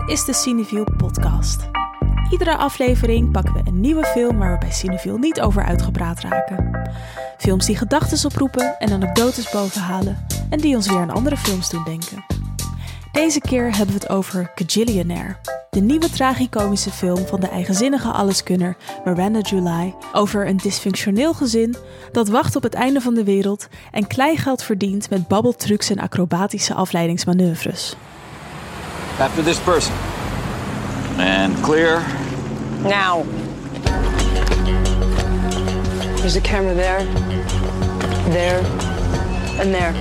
is de Cineview podcast. Iedere aflevering pakken we een nieuwe film waar we bij Cineview niet over uitgepraat raken. Films die gedachten oproepen en anekdotes bovenhalen en die ons weer aan andere films doen denken. Deze keer hebben we het over Kajillionaire, de nieuwe tragicomische film van de eigenzinnige alleskunner Miranda July over een dysfunctioneel gezin dat wacht op het einde van de wereld en kleingeld verdient met babbeltrucs en acrobatische afleidingsmanoeuvres. After this person. And clear. Now. There's a camera there, and there.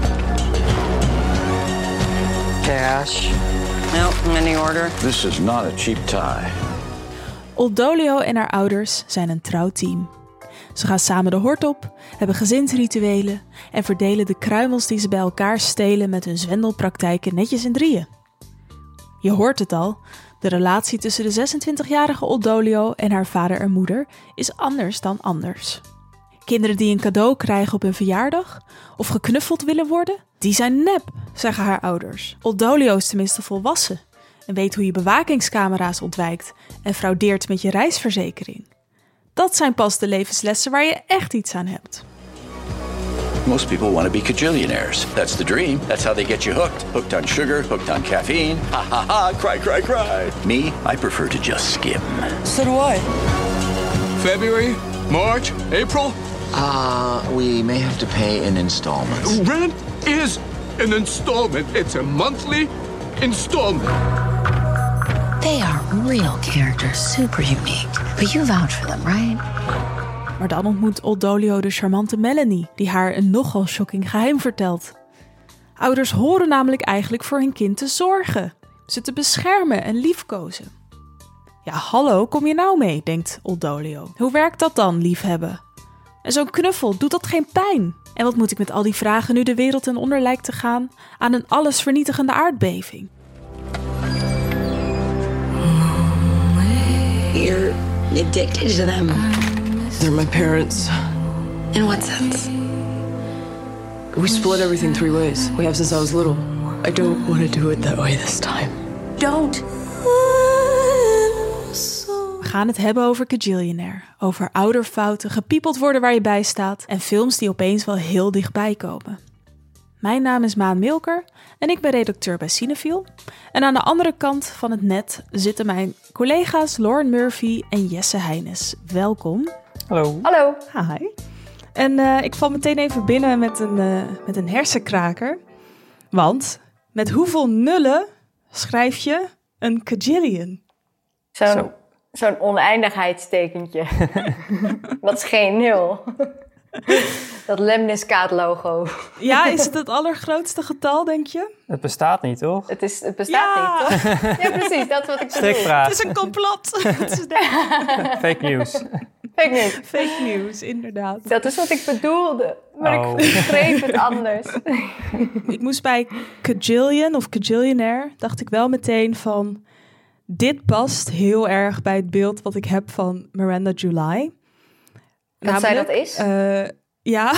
Cash. No, any order. This is not a cheap tie. Old Dolio en haar ouders zijn een trouw team. Ze gaan samen de hort op, hebben gezinsrituelen en verdelen de kruimels die ze bij elkaar stelen met hun zwendelpraktijken netjes in drieën. Je hoort het al, de relatie tussen de 26-jarige Old Dolio en haar vader en moeder is anders dan anders. Kinderen die een cadeau krijgen op hun verjaardag of geknuffeld willen worden, die zijn nep, zeggen haar ouders. Old Dolio is tenminste volwassen en weet hoe je bewakingscamera's ontwijkt en fraudeert met je reisverzekering. Dat zijn pas de levenslessen waar je echt iets aan hebt. Most people want to be Kajillionaires. That's the dream. That's how they get you hooked. Hooked on sugar, hooked on caffeine. Ha ha ha, cry, cry, cry. Me, I prefer to just skim. So do I. February, March, April. We may have to pay in installments. Rent is an installment. It's a monthly installment. They are real characters, super unique. But you vouch for them, right? Maar dan ontmoet Old Dolio de charmante Melanie, die haar een nogal shocking geheim vertelt. Ouders horen namelijk eigenlijk voor hun kind te zorgen, ze te beschermen en liefkozen. Ja, hallo, kom je nou mee, denkt Old Dolio. Hoe werkt dat dan, liefhebben? En zo'n knuffel, doet dat geen pijn? En wat moet ik met al die vragen nu de wereld ten onder lijkt te gaan aan een allesvernietigende aardbeving? You're addicted to them. They're my parents. In what sense? We split everything 3 ways. We have since I was little. I don't want to do it that way this time. Don't. We gaan het hebben over Kajillionaire, over ouderfouten, gepiepeld worden waar je bij staat en films die opeens wel heel dichtbij komen. Mijn naam is Maan Milker en ik ben redacteur bij Cineview. En aan de andere kant van het net zitten mijn collega's Lauren Murphy en Jesse Heines. Welkom. Hallo. Hallo. Hi. En ik val meteen even binnen met een hersenkraker. Want met hoeveel nullen schrijf je een kajillion? Zo'n oneindigheidstekentje. Dat is geen 0. Dat lemniscaat-logo. Ja, is het allergrootste getal, denk je? Het bestaat niet, toch? Het bestaat niet, toch? Ja, precies. Dat is wat ik bedoel. Strikvraag. Het is een complot. Fake news. Fake news. Fake news, inderdaad. Dat is wat ik bedoelde. Maar ik schreef het anders. Ik moest bij Kajillion of Kajillionaire, dacht ik wel meteen van, dit past heel erg bij het beeld wat ik heb van Miranda July. Dat zij dat is? Ja.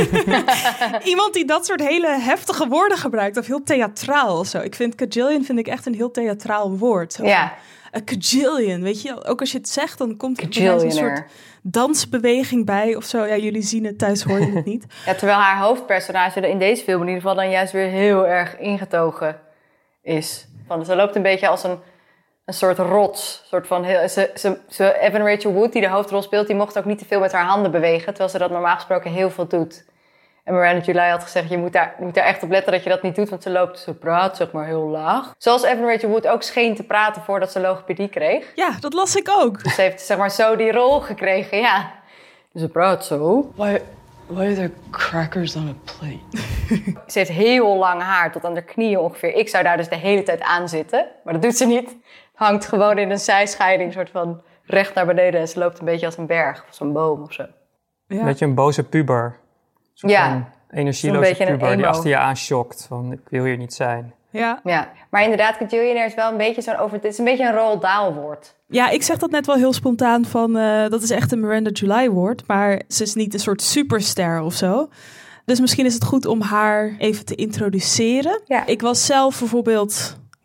Iemand die dat soort hele heftige woorden gebruikt. Of heel theatraal of zo. Ik vind Kajillion echt een heel theatraal woord. Zo ja. Een Kajillion, weet je. Ook als je het zegt, dan komt er een soort dansbeweging bij of zo. Ja, jullie zien het, thuis hoor je het niet. Ja, terwijl haar hoofdpersonage er in deze film in ieder geval dan juist weer heel erg ingetogen is. Ze loopt een beetje als een soort rots. Soort van Evan Rachel Wood, die de hoofdrol speelt, die mocht ook niet te veel met haar handen bewegen, terwijl ze dat normaal gesproken heel veel doet. En Miranda July had gezegd, je moet daar echt op letten dat je dat niet doet, want ze praat zeg maar heel laag. Zoals Evan Rachel Wood ook scheen te praten voordat ze logopedie kreeg. Ja, dat las ik ook. Dus ze heeft zeg maar zo die rol gekregen, ja. Dus ze praat zo. Why are there crackers on a plate? Ze heeft heel lang haar, tot aan haar knieën ongeveer. Ik zou daar dus de hele tijd aan zitten, maar dat doet ze niet. Hangt gewoon in een zijscheiding, soort van recht naar beneden. En ze loopt een beetje als een berg of zo'n boom of zo. Ja. Beetje een boze puber. Een energieloze puber die achter je aan schokt. Van, ik wil hier niet zijn. Ja. Maar inderdaad, Kajillionaire is wel een beetje het is een beetje een Roald Dahl woord. Ja, ik zeg dat net wel heel spontaan van, dat is echt een Miranda July woord. Maar ze is niet een soort superster of zo. Dus misschien is het goed om haar even te introduceren. Ja. Ik was zelf bijvoorbeeld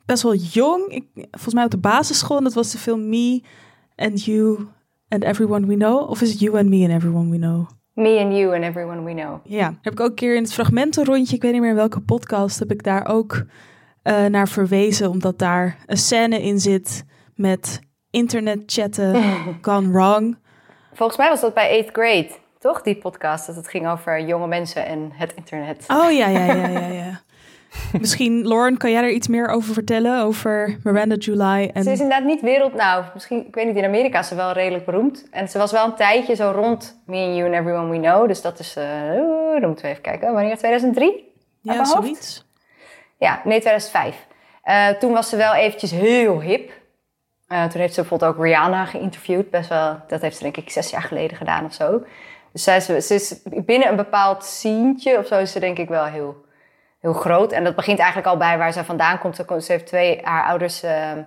best wel jong. Volgens mij op de basisschool. En dat was de film Me and You and Everyone We Know. Of is het You and Me and Everyone We Know? Me and You and Everyone We Know. Ja, heb ik ook een keer in het fragmentenrondje, ik weet niet meer in welke podcast, heb ik daar ook naar verwezen. Omdat daar een scène in zit met internetchatten gone wrong. Volgens mij was dat bij 8th grade, toch? Die podcast, dat het ging over jonge mensen en het internet. Oh ja. Misschien, Lauren, kan jij er iets meer over vertellen? Over Miranda July? En... Ze is inderdaad niet misschien, ik weet niet, in Amerika is ze wel redelijk beroemd. En ze was wel een tijdje zo rond Me and You and Everyone We Know. Dus dat is, dan moeten we even kijken. Wanneer? 2003? Ja, zoiets. Ja, nee, 2005. Toen was ze wel eventjes heel hip. Toen heeft ze bijvoorbeeld ook Rihanna geïnterviewd. Best wel, dat heeft ze denk ik 6 jaar geleden gedaan of zo. Dus ze is binnen een bepaald scientje of zo is ze denk ik wel heel groot. En dat begint eigenlijk al bij waar ze vandaan komt. Ze heeft haar ouders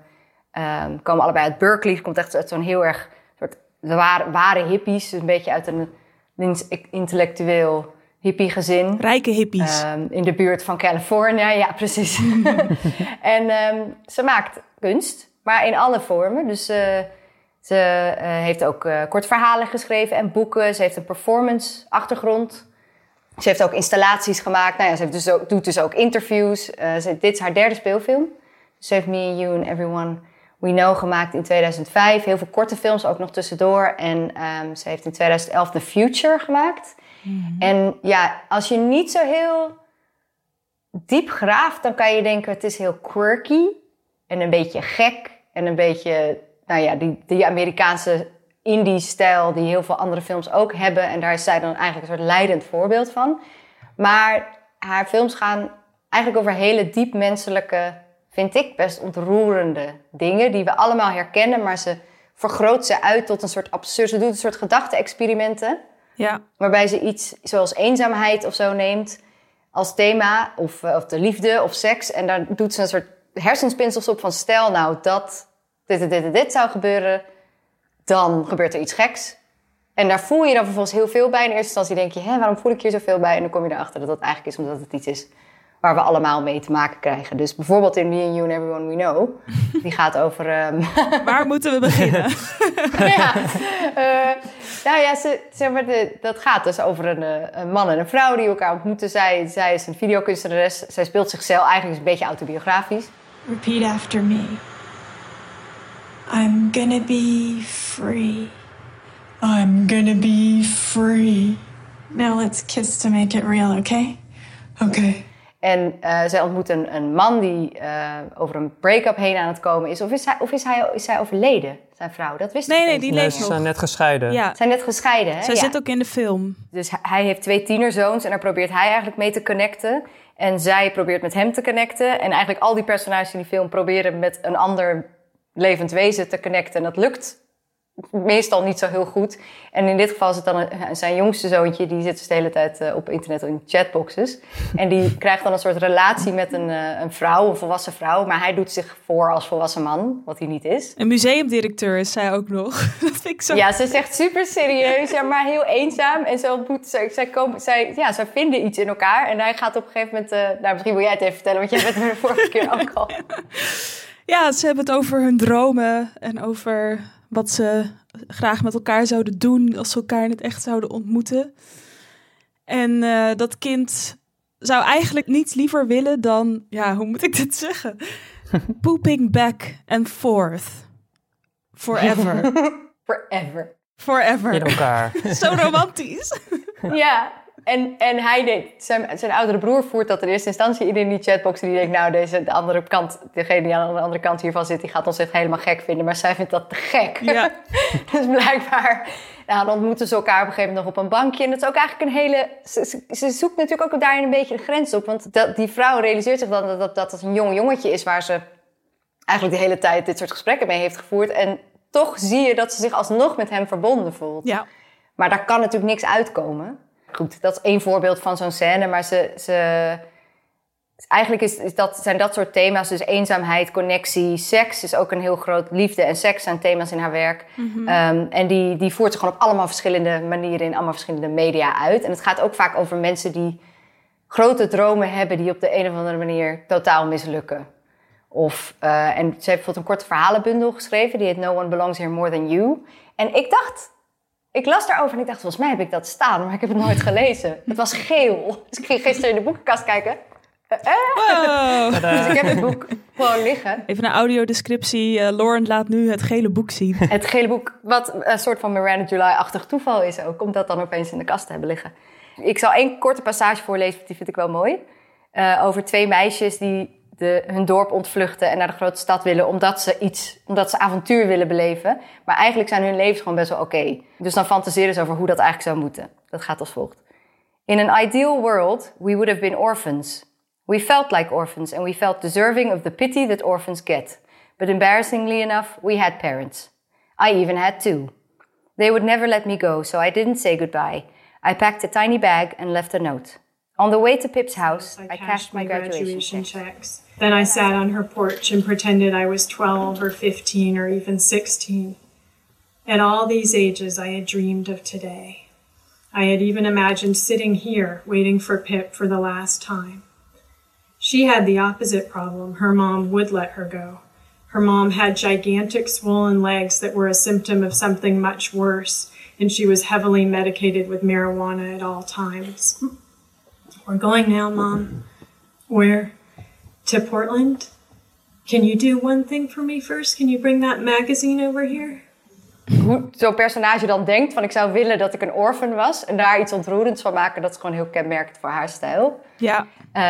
komen allebei uit Berkeley. Ze komt echt uit zo'n heel erg soort ware hippies. Dus een beetje uit een intellectueel hippie gezin. Rijke hippies. In de buurt van California, ja precies. En ze maakt kunst, maar in alle vormen. Dus ze heeft ook kort verhalen geschreven en boeken. Ze heeft een performance achtergrond. Ze heeft ook installaties gemaakt. Nou ja, ze doet dus ook interviews. Dit is haar 3e speelfilm. Ze heeft Me and You and Everyone We Know gemaakt in 2005. Heel veel korte films ook nog tussendoor. En ze heeft in 2011 The Future gemaakt. Mm-hmm. En ja, als je niet zo heel diep graaft, dan kan je denken het is heel quirky. En een beetje gek. En een beetje, nou ja, die Amerikaanse indie-stijl die heel veel andere films ook hebben. En daar is zij dan eigenlijk een soort leidend voorbeeld van. Maar haar films gaan eigenlijk over hele diep menselijke, vind ik best ontroerende dingen die we allemaal herkennen, maar ze vergroot ze uit tot een soort absurd. Ze doet een soort gedachte-experimenten. Ja. Waarbij ze iets zoals eenzaamheid of zo neemt als thema. Of de liefde of seks. En daar doet ze een soort hersenspinsels op van stel nou dat dit zou gebeuren, dan gebeurt er iets geks. En daar voel je dan vervolgens heel veel bij. In eerste instantie denk je, waarom voel ik hier zoveel bij? En dan kom je erachter dat dat eigenlijk is omdat het iets is waar we allemaal mee te maken krijgen. Dus bijvoorbeeld in Me and You and Everyone We Know. Die gaat over... Waar moeten we beginnen? Dat gaat dus over een man en een vrouw die elkaar ontmoeten. Zij is een videokunstenares. Zij speelt zichzelf eigenlijk een beetje autobiografisch. Repeat after me. I'm gonna be free. I'm gonna be free. Now let's kiss to make it real, okay? Okay. En zij ontmoet een man die over een break-up heen aan het komen is. Of is zij overleden, zijn vrouw? Dat wist ik niet. Nee, die leeft nog. Ze zijn net gescheiden. Ja. Ze zijn net gescheiden, hè? Zij zit ook in de film. Dus hij heeft 2 tienerzoons en daar probeert hij eigenlijk mee te connecten. En zij probeert met hem te connecten. En eigenlijk al die personages in die film proberen met een ander levend wezen te connecten. En dat lukt meestal niet zo heel goed. En in dit geval is het dan zijn jongste zoontje, die zit dus de hele tijd op internet in chatboxes. En die krijgt dan een soort relatie met een vrouw, een volwassen vrouw. Maar hij doet zich voor als volwassen man, wat hij niet is. Een museumdirecteur is zij ook nog. Dat vind ik zo... Ja, ze is echt super serieus, maar heel eenzaam. En zij vinden iets in elkaar. En hij gaat op een gegeven moment... misschien wil jij het even vertellen, want jij bent me de vorige keer ook al. Ja, ze hebben het over hun dromen en over wat ze graag met elkaar zouden doen als ze elkaar in het echt zouden ontmoeten. En dat kind zou eigenlijk niets liever willen dan, hoe moet ik dit zeggen? Pooping back and forth. Forever. Forever. In elkaar. Zo romantisch. Ja. En hij deed, zijn oudere broer voert dat in eerste instantie in die chatbox. En die denkt, nou, degene die aan de andere kant hiervan zit, die gaat ons echt helemaal gek vinden. Maar zij vindt dat te gek. Ja. Dus blijkbaar, dan ontmoeten ze elkaar op een gegeven moment nog op een bankje. En dat is ook eigenlijk een hele... Ze zoekt natuurlijk ook daarin een beetje de grens op. Want die vrouw realiseert zich dan dat het een jong jongetje is waar ze eigenlijk de hele tijd dit soort gesprekken mee heeft gevoerd. En toch zie je dat ze zich alsnog met hem verbonden voelt. Ja. Maar daar kan natuurlijk niks uitkomen. Goed, dat is 1 voorbeeld van zo'n scène, maar eigenlijk zijn dat soort thema's, dus eenzaamheid, connectie, seks is ook een heel groot, liefde en seks zijn thema's in haar werk. Mm-hmm. En die voert ze gewoon op allemaal verschillende manieren in allemaal verschillende media uit. En het gaat ook vaak over mensen die grote dromen hebben die op de een of andere manier totaal mislukken. En ze heeft bijvoorbeeld een korte verhalenbundel geschreven. Die heet No One Belongs Here More Than You. En ik las daarover en ik dacht, volgens mij heb ik dat staan, maar ik heb het nooit gelezen. Het was geel. Dus ik ging gisteren in de boekenkast kijken. Wow. Dus ik heb het boek gewoon liggen. Even een audiodescriptie. Lauren laat nu het gele boek zien. Het gele boek, wat een soort van Miranda July-achtig toeval is ook, om dat dan opeens in de kast te hebben liggen. Ik zal 1 korte passage voorlezen, die vind ik wel mooi. Over 2 meisjes die hun dorp ontvluchten en naar de grote stad willen omdat ze avontuur willen beleven. Maar eigenlijk zijn hun levens gewoon best wel oké. Dus dan fantaseren ze over hoe dat eigenlijk zou moeten. Dat gaat als volgt. In an ideal world, we would have been orphans. We felt like orphans and we felt deserving of the pity that orphans get. But embarrassingly enough, we had parents. I even had 2. They would never let me go, so I didn't say goodbye. I packed a tiny bag and left a note. On the way to Pip's house, I cashed my graduation checks. Then I sat on her porch and pretended I was 12 or 15 or even 16. At all these ages, I had dreamed of today. I had even imagined sitting here, waiting for Pip for the last time. She had the opposite problem. Her mom would let her go. Her mom had gigantic swollen legs that were a symptom of something much worse, and she was heavily medicated with marijuana at all times. We're going now, Mom. Where? To Portland? Can you do one thing for me first? Can you bring that magazine over here? Hoe zo'n personage dan denkt van ik zou willen dat ik een orphan was en daar iets ontroerends van maken, dat is gewoon heel kenmerkend voor haar stijl. Ja.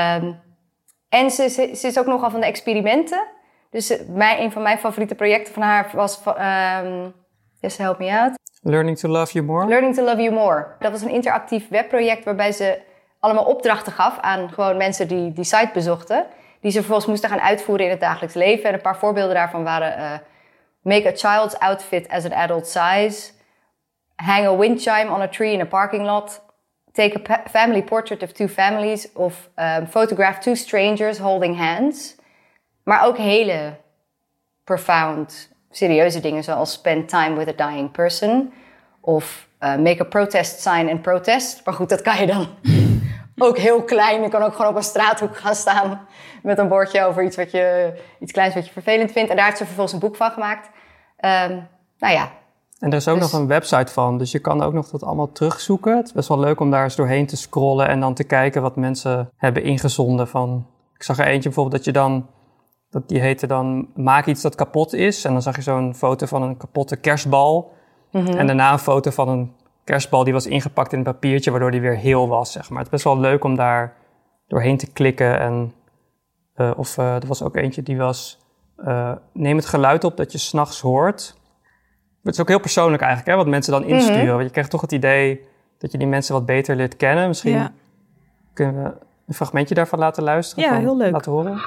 En ze is ook nogal van de experimenten. Dus een van mijn favoriete projecten van haar was just help me out. Learning to Love You More. Learning to Love You More. Dat was een interactief webproject waarbij ze allemaal opdrachten gaf aan gewoon mensen die site bezochten. Die ze vervolgens moesten gaan uitvoeren in het dagelijks leven. En een paar voorbeelden daarvan waren make a child's outfit as an adult size. Hang a wind chime on a tree in a parking lot. Take a family portrait of 2 families. Of photograph 2 strangers holding hands. Maar ook hele profound, serieuze dingen zoals spend time with a dying person. Of make a protest sign and protest. Maar goed, dat kan je dan ook heel klein. Je kan ook gewoon op een straathoek gaan staan met een bordje over iets kleins wat je vervelend vindt. En daar heeft ze vervolgens een boek van gemaakt. Nou ja. En er is ook nog een website van, dus je kan ook nog dat allemaal terugzoeken. Het is best wel leuk om daar eens doorheen te scrollen en dan te kijken wat mensen hebben ingezonden. Ik zag er eentje bijvoorbeeld die heette dan maak iets dat kapot is. En dan zag je zo'n foto van een kapotte kerstbal. Mm-hmm. En daarna een foto van een kerstbal die was ingepakt in een papiertje, waardoor die weer heel was, zeg maar. Het is best wel leuk om daar doorheen te klikken. En, er was ook eentje die was, neem het geluid op dat je 's nachts hoort. Het is ook heel persoonlijk eigenlijk, hè, wat mensen dan insturen. Mm-hmm. Want je krijgt toch het idee dat je die mensen wat beter leert kennen. Misschien kunnen we een fragmentje daarvan laten luisteren. Ja, heel leuk. Laten horen.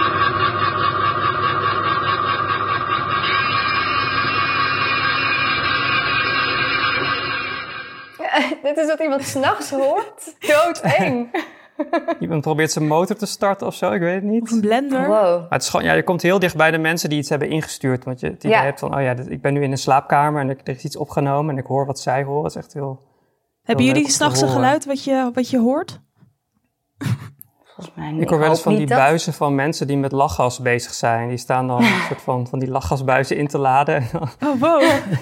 Dit is wat iemand 's nachts hoort. Doodeng. Iemand probeert zijn motor te starten of zo, ik weet het niet. Of een blender. Wow. Maar het is gewoon, je komt heel dicht bij de mensen die iets hebben ingestuurd. Want je het idee hebt van, ik ben nu in een slaapkamer en er is iets opgenomen en ik hoor wat zij horen. Dat is echt heel Hebben jullie 's nachts een geluid wat je hoort? Volgens mij niet. Ik hoor wel eens van die buizen van mensen die met lachgas bezig zijn. Die staan dan een soort van die lachgasbuizen in te laden. Oh, wow.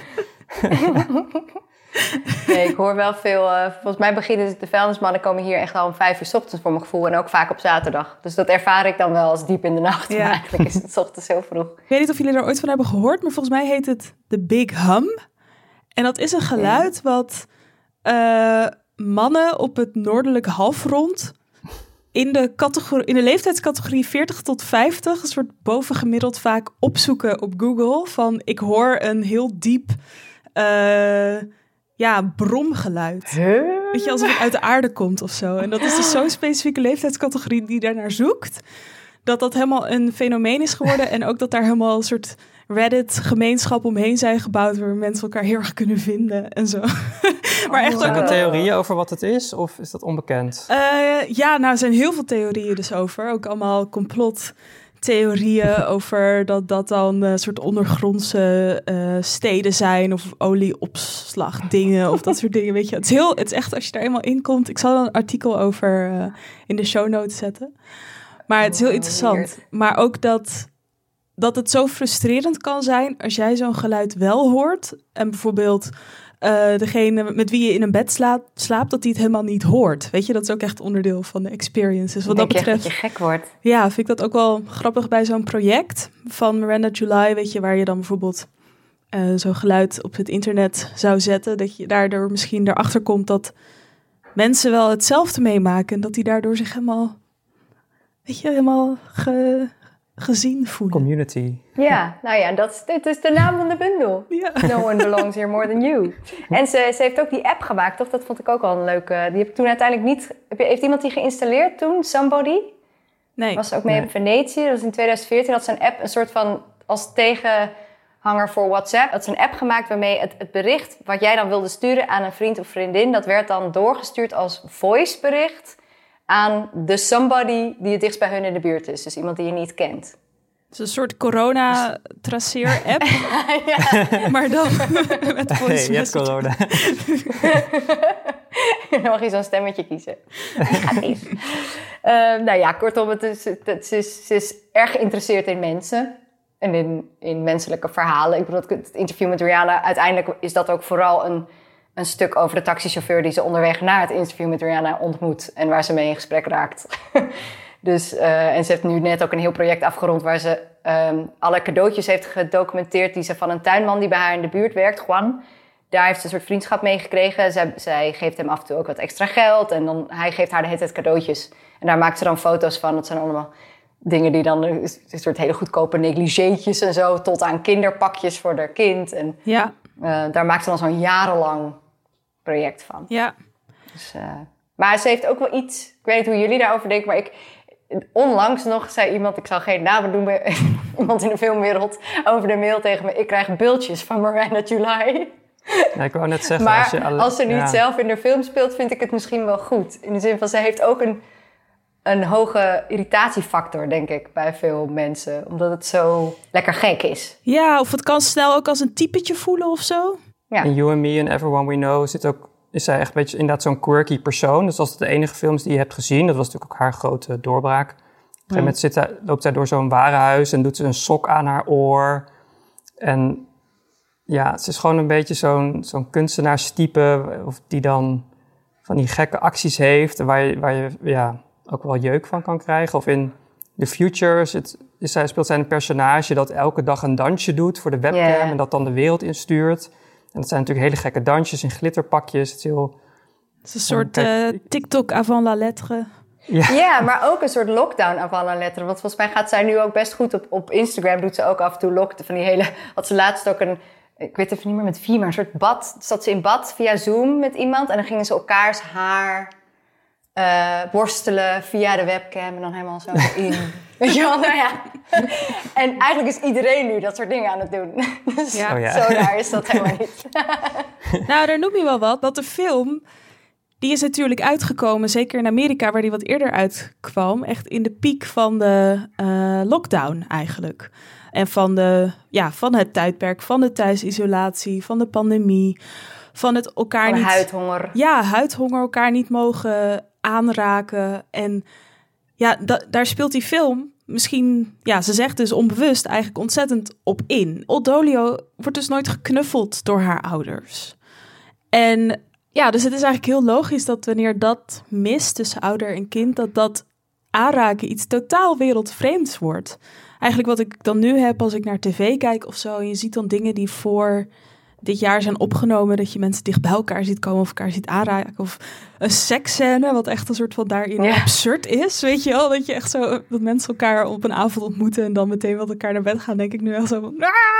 Nee, ik hoor wel veel. Volgens mij beginnen de vuilnismannen komen hier echt al om 5 uur 's ochtends voor mijn gevoel. En ook vaak op zaterdag. Dus dat ervaar ik dan wel als diep in de nacht. Ja. Maar eigenlijk is het 's ochtends heel vroeg. Ik weet niet of jullie er ooit van hebben gehoord. Maar volgens mij heet het de Big Hum. En dat is een geluid wat mannen op het noordelijke halfrond in de leeftijdscategorie 40 tot 50, een soort bovengemiddeld vaak opzoeken op Google. Van ik hoor een heel diep bromgeluid. Weet je, alsof het uit de aarde komt of zo. En dat is dus zo'n specifieke leeftijdscategorie die daarnaar zoekt, dat helemaal een fenomeen is geworden. En ook dat daar helemaal een soort Reddit-gemeenschap omheen zijn gebouwd, waar mensen elkaar heel erg kunnen vinden en zo. Maar echt zijn er theorieën over wat het is, of is dat onbekend? Er zijn heel veel theorieën dus over. Ook allemaal complottheorieën over dat dan een soort ondergrondse steden zijn of olieopslagdingen of dat soort dingen. Weet je, het is echt, als je daar eenmaal in komt. Ik zal er een artikel over in de show notes zetten. Maar het is heel interessant. Weird. Maar ook dat dat het zo frustrerend kan zijn als jij zo'n geluid wel hoort. En bijvoorbeeld degene met wie je in een bed slaapt, dat die het helemaal niet hoort. Weet je, dat is ook echt onderdeel van de experience. Dus wat dat betreft, dat je gek wordt. Ja, vind ik dat ook wel grappig bij zo'n project van Miranda July, weet je, waar je dan bijvoorbeeld zo'n geluid op het internet zou zetten. Dat je daardoor misschien erachter komt dat mensen wel hetzelfde meemaken. En dat die daardoor zich helemaal, weet je, helemaal gezien voelen. Community. Ja, nou ja, dit is de naam van de bundel. Ja. No one belongs here more than you. En ze heeft ook die app gemaakt, toch? Dat vond ik ook wel een leuke. Die heb ik toen uiteindelijk niet... Heeft iemand die geïnstalleerd toen? Somebody? Nee. Was ook mee in Venetië. Dat was in 2014. Dat is een app, een soort van... als tegenhanger voor WhatsApp. Dat is een app gemaakt waarmee het bericht... wat jij dan wilde sturen aan een vriend of vriendin... dat werd dan doorgestuurd als voicebericht... aan de somebody die het dichtst bij hun in de buurt is. Dus iemand die je niet kent. Het is een soort corona-traceer-app. Ja. Maar dan met voice je hebt corona. Dan mag je zo'n stemmetje kiezen. Gaat niet. Nou ja, kortom, ze is erg geïnteresseerd in mensen. En in menselijke verhalen. Ik bedoel, het interview met Rihanna... uiteindelijk is dat ook vooral een stuk over de taxichauffeur... die ze onderweg naar het interview met Rihanna ontmoet... en waar ze mee in gesprek raakt. Dus, en ze heeft nu net ook een heel project afgerond... waar ze alle cadeautjes heeft gedocumenteerd... die ze van een tuinman die bij haar in de buurt werkt, Juan. Daar heeft ze een soort vriendschap mee gekregen. Zij geeft hem af en toe ook wat extra geld... en dan, hij geeft haar de hele tijd cadeautjes. En daar maakt ze dan foto's van. Dat zijn allemaal dingen die dan... een soort hele goedkope negligéetjes en zo... tot aan kinderpakjes voor haar kind. En ja. Daar maakt ze dan zo'n jarenlang project van. Ja. Dus, maar ze heeft ook wel iets... Ik weet niet hoe jullie daarover denken, maar onlangs nog zei iemand... Ik zal geen namen doen bij iemand in de filmwereld... over de mail tegen me... Ik krijg bultjes van Miranda July. Ja, ik wou net zeggen... Maar als ze niet zelf in de film speelt... vind ik het misschien wel goed. In de zin van, ze heeft ook een hoge irritatiefactor, denk ik... bij veel mensen. Omdat het zo lekker gek is. Ja, of het kan snel ook als een typetje voelen of zo. Ja. In You and Me and Everyone We Know is zij echt een beetje inderdaad zo'n quirky persoon. Dus als het de enige films die je hebt gezien... dat was natuurlijk ook haar grote doorbraak. Op een gegeven moment loopt zij door zo'n warenhuis... en doet ze een sok aan haar oor. En ja, het is gewoon een beetje zo'n kunstenaarstype... of die dan van die gekke acties heeft... waar je ja, ook wel jeuk van kan krijgen. Of in The Future speelt zij een personage... dat elke dag een dansje doet voor de webcam... en dat dan de wereld instuurt... En dat zijn natuurlijk hele gekke dansjes in glitterpakjes. Het is een soort TikTok avant la lettre. Ja, maar ook een soort lockdown avant la lettre. Want volgens mij gaat zij nu ook best goed op Instagram. Doet ze ook af en toe lockdown van die hele... Had ze laatst ook ik weet even niet meer met wie, maar een soort bad. Zat ze in bad via Zoom met iemand. En dan gingen ze elkaars haar borstelen via de webcam. En dan helemaal zo in... Weet je wel, nou ja. En eigenlijk is iedereen nu dat soort dingen aan het doen. Dus zo raar is dat helemaal niet. Nou, daar noem je wel wat. Dat de film, die is natuurlijk uitgekomen, zeker in Amerika, waar die wat eerder uitkwam. Echt in de piek van de lockdown eigenlijk. En van het tijdperk, van de thuisisolatie, van de pandemie, van het elkaar van niet... huidhonger. Ja, huidhonger, elkaar niet mogen aanraken. En ja, daar speelt die film misschien, ja, ze zegt dus onbewust eigenlijk ontzettend op in. Old Dolio wordt dus nooit geknuffeld door haar ouders. En ja, dus het is eigenlijk heel logisch dat wanneer dat mist tussen ouder en kind, dat aanraken iets totaal wereldvreemds wordt. Eigenlijk wat ik dan nu heb als ik naar tv kijk of zo, en je ziet dan dingen die voor dit jaar zijn opgenomen, dat je mensen dicht bij elkaar ziet komen of elkaar ziet aanraken. Of een seksscène, wat echt een soort van daarin absurd is, weet je wel. Dat je echt zo, dat mensen elkaar op een avond ontmoeten en dan meteen met elkaar naar bed gaan, denk ik nu echt zo van...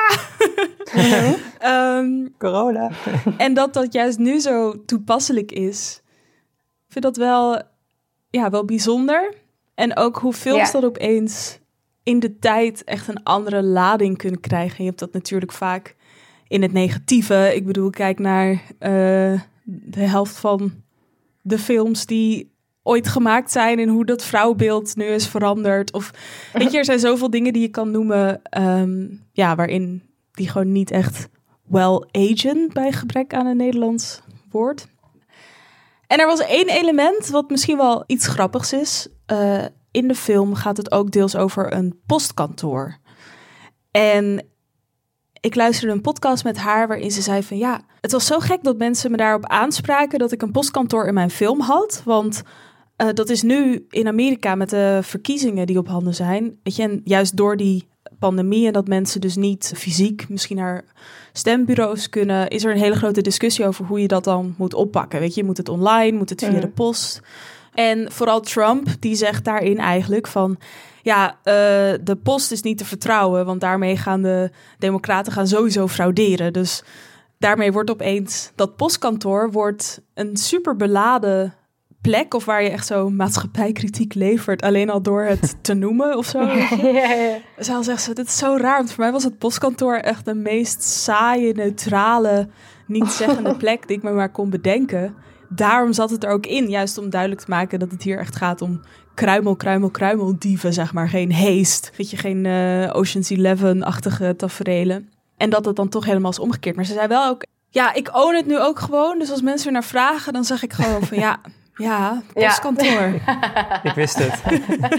Corona. En dat juist nu zo toepasselijk is. Ik vind dat wel bijzonder. En ook hoe films dat opeens in de tijd echt een andere lading kunnen krijgen. Je hebt dat natuurlijk vaak in het negatieve. Ik bedoel, kijk naar de helft van de films die ooit gemaakt zijn en hoe dat vrouwbeeld nu is veranderd. Of weet je, er zijn zoveel dingen die je kan noemen, waarin die gewoon niet echt well agen bij gebrek aan een Nederlands woord. En er was één element wat misschien wel iets grappigs is. In de film gaat het ook deels over een postkantoor. En ik luisterde een podcast met haar waarin ze zei van ja, het was zo gek dat mensen me daarop aanspraken dat ik een postkantoor in mijn film had. Want dat is nu in Amerika met de verkiezingen die op handen zijn. Weet je, en juist door die pandemie en dat mensen dus niet fysiek misschien naar stembureaus kunnen, is er een hele grote discussie over hoe je dat dan moet oppakken. Weet je, moet het online, moet het via de post? En vooral Trump, die zegt daarin eigenlijk van ja, de post is niet te vertrouwen, want daarmee gaan de democraten sowieso frauderen. Dus daarmee wordt opeens dat postkantoor wordt een super beladen plek, of waar je echt zo maatschappijkritiek levert, alleen al door het te noemen of zo. Ja. Zij zegt ze, dit is zo raar, want voor mij was het postkantoor echt de meest saaie, neutrale, niet-zeggende plek die ik me maar kon bedenken. Daarom zat het er ook in, juist om duidelijk te maken dat het hier echt gaat om kruimeldieven, zeg maar. Geen heest, weet je, geen Ocean's 11-achtige taferelen. En dat het dan toch helemaal is omgekeerd. Maar ze zei wel ook, ja, ik own het nu ook gewoon. Dus als mensen er naar vragen, dan zeg ik gewoon van ja, postkantoor. Ja. Ik wist het.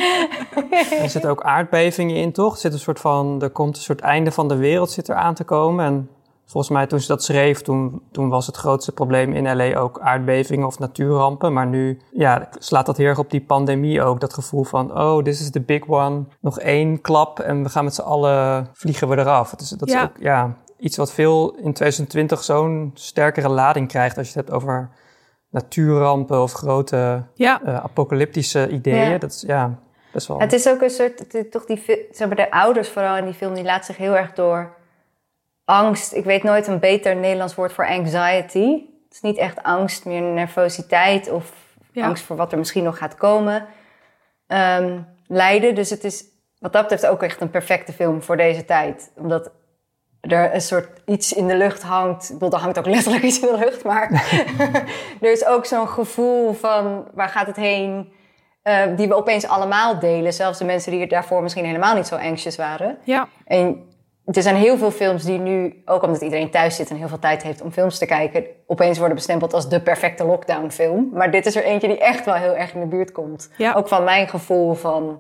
Er zitten ook aardbevingen in, toch? Er komt een soort einde van de wereld zit er aan te komen. En volgens mij toen ze dat schreef, toen was het grootste probleem in LA ook aardbevingen of natuurrampen. Maar nu slaat dat heel erg op die pandemie ook. Dat gevoel van, oh, this is the big one. Nog 1 klap en we gaan met z'n allen vliegen we eraf. Dus dat is ook iets wat veel in 2020 zo'n sterkere lading krijgt als je het hebt over natuurrampen of grote apocalyptische ideeën. Ja. Dat is best wel. Het is ook een soort, toch de ouders vooral in die film, die laat zich heel erg door angst. Ik weet nooit een beter Nederlands woord voor anxiety. Het is niet echt angst, meer nervositeit of angst voor wat er misschien nog gaat komen. Leiden. Dus het is wat dat betreft ook echt een perfecte film voor deze tijd. Omdat er een soort iets in de lucht hangt. Ik bedoel, er hangt ook letterlijk iets in de lucht, maar er is ook zo'n gevoel van waar gaat het heen, die we opeens allemaal delen. Zelfs de mensen die daarvoor misschien helemaal niet zo anxious waren. Ja. En er zijn heel veel films die nu, ook omdat iedereen thuis zit en heel veel tijd heeft om films te kijken, opeens worden bestempeld als de perfecte lockdown film. Maar dit is er eentje die echt wel heel erg in de buurt komt. Ja. Ook van mijn gevoel van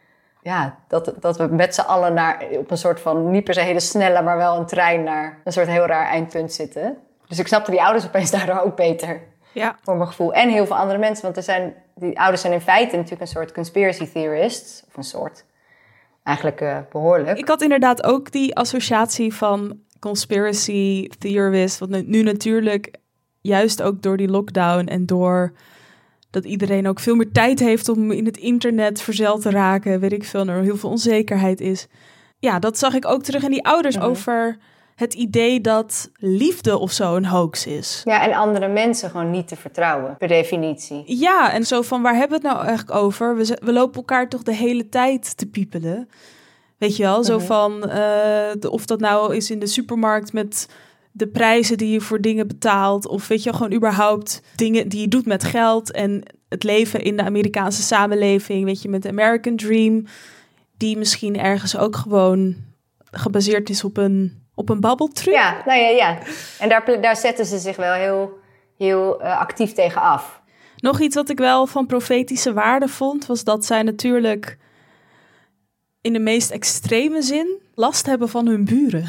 dat we met z'n allen op een soort van, niet per se hele snelle, maar wel een trein naar een soort heel raar eindpunt zitten. Dus ik snapte die ouders opeens daardoor ook beter. Ja. Voor mijn gevoel. En heel veel andere mensen. Want die ouders zijn in feite natuurlijk een soort conspiracy theorists. Of een soort, eigenlijk behoorlijk. Ik had inderdaad ook die associatie van conspiracy theorist. Want nu natuurlijk, juist ook door die lockdown en door dat iedereen ook veel meer tijd heeft om in het internet verzeild te raken. Weet ik veel, en er heel veel onzekerheid is. Ja, dat zag ik ook terug in die ouders over het idee dat liefde of zo een hoax is. Ja, en andere mensen gewoon niet te vertrouwen, per definitie. Ja, en zo van, waar hebben we het nou eigenlijk over? We lopen elkaar toch de hele tijd te piepelen. Weet je wel, zo van, of dat nou is in de supermarkt met de prijzen die je voor dingen betaalt, of weet je, gewoon überhaupt dingen die je doet met geld en het leven in de Amerikaanse samenleving, weet je, met de American Dream, die misschien ergens ook gewoon gebaseerd is op een babbeltruc. Ja, nou ja. En daar zetten ze zich wel heel actief tegen af. Nog iets wat ik wel van profetische waarde vond, was dat zij natuurlijk in de meest extreme zin last hebben van hun buren.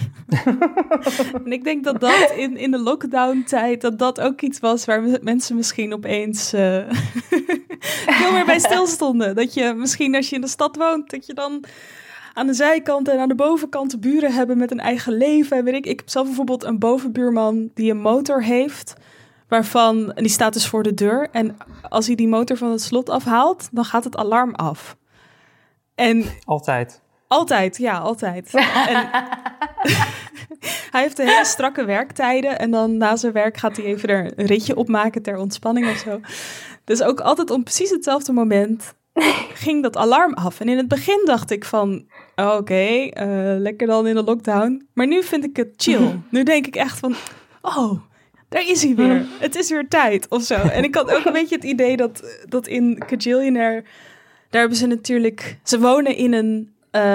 En ik denk dat in de lockdown-tijd, dat ook iets was waar mensen misschien opeens veel meer bij stilstonden. Dat je misschien als je in de stad woont, dat je dan aan de zijkant en aan de bovenkant de buren hebben met een eigen leven. En ik heb zelf bijvoorbeeld een bovenbuurman die een motor heeft, en die staat dus voor de deur. En als hij die motor van het slot afhaalt, dan gaat het alarm af. En Altijd. Altijd, ja, altijd. En hij heeft hele strakke werktijden en dan na zijn werk gaat hij even er een ritje op maken ter ontspanning of zo. Dus ook altijd om precies hetzelfde moment ging dat alarm af. En in het begin dacht ik van, oké, lekker dan in de lockdown. Maar nu vind ik het chill. Nu denk ik echt van, daar is hij weer. Het is weer tijd of zo. En ik had ook een beetje het idee dat in Kajillionaire, daar hebben ze natuurlijk, ze wonen in een,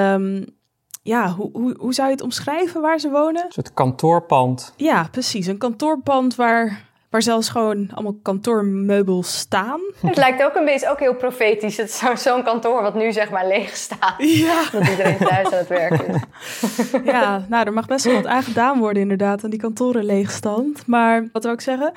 hoe zou je het omschrijven waar ze wonen? Een soort kantoorpand. Ja, precies. Een kantoorpand waar waar zelfs gewoon allemaal kantoormeubels staan. Het lijkt ook een beetje ook heel profetisch. Het is zo'n kantoor wat nu zeg maar leeg staat. Ja. Dat iedereen thuis aan het werken is. Ja, nou, er mag best wel wat aan gedaan worden inderdaad aan die kantorenleegstand. Maar wat wil ik zeggen?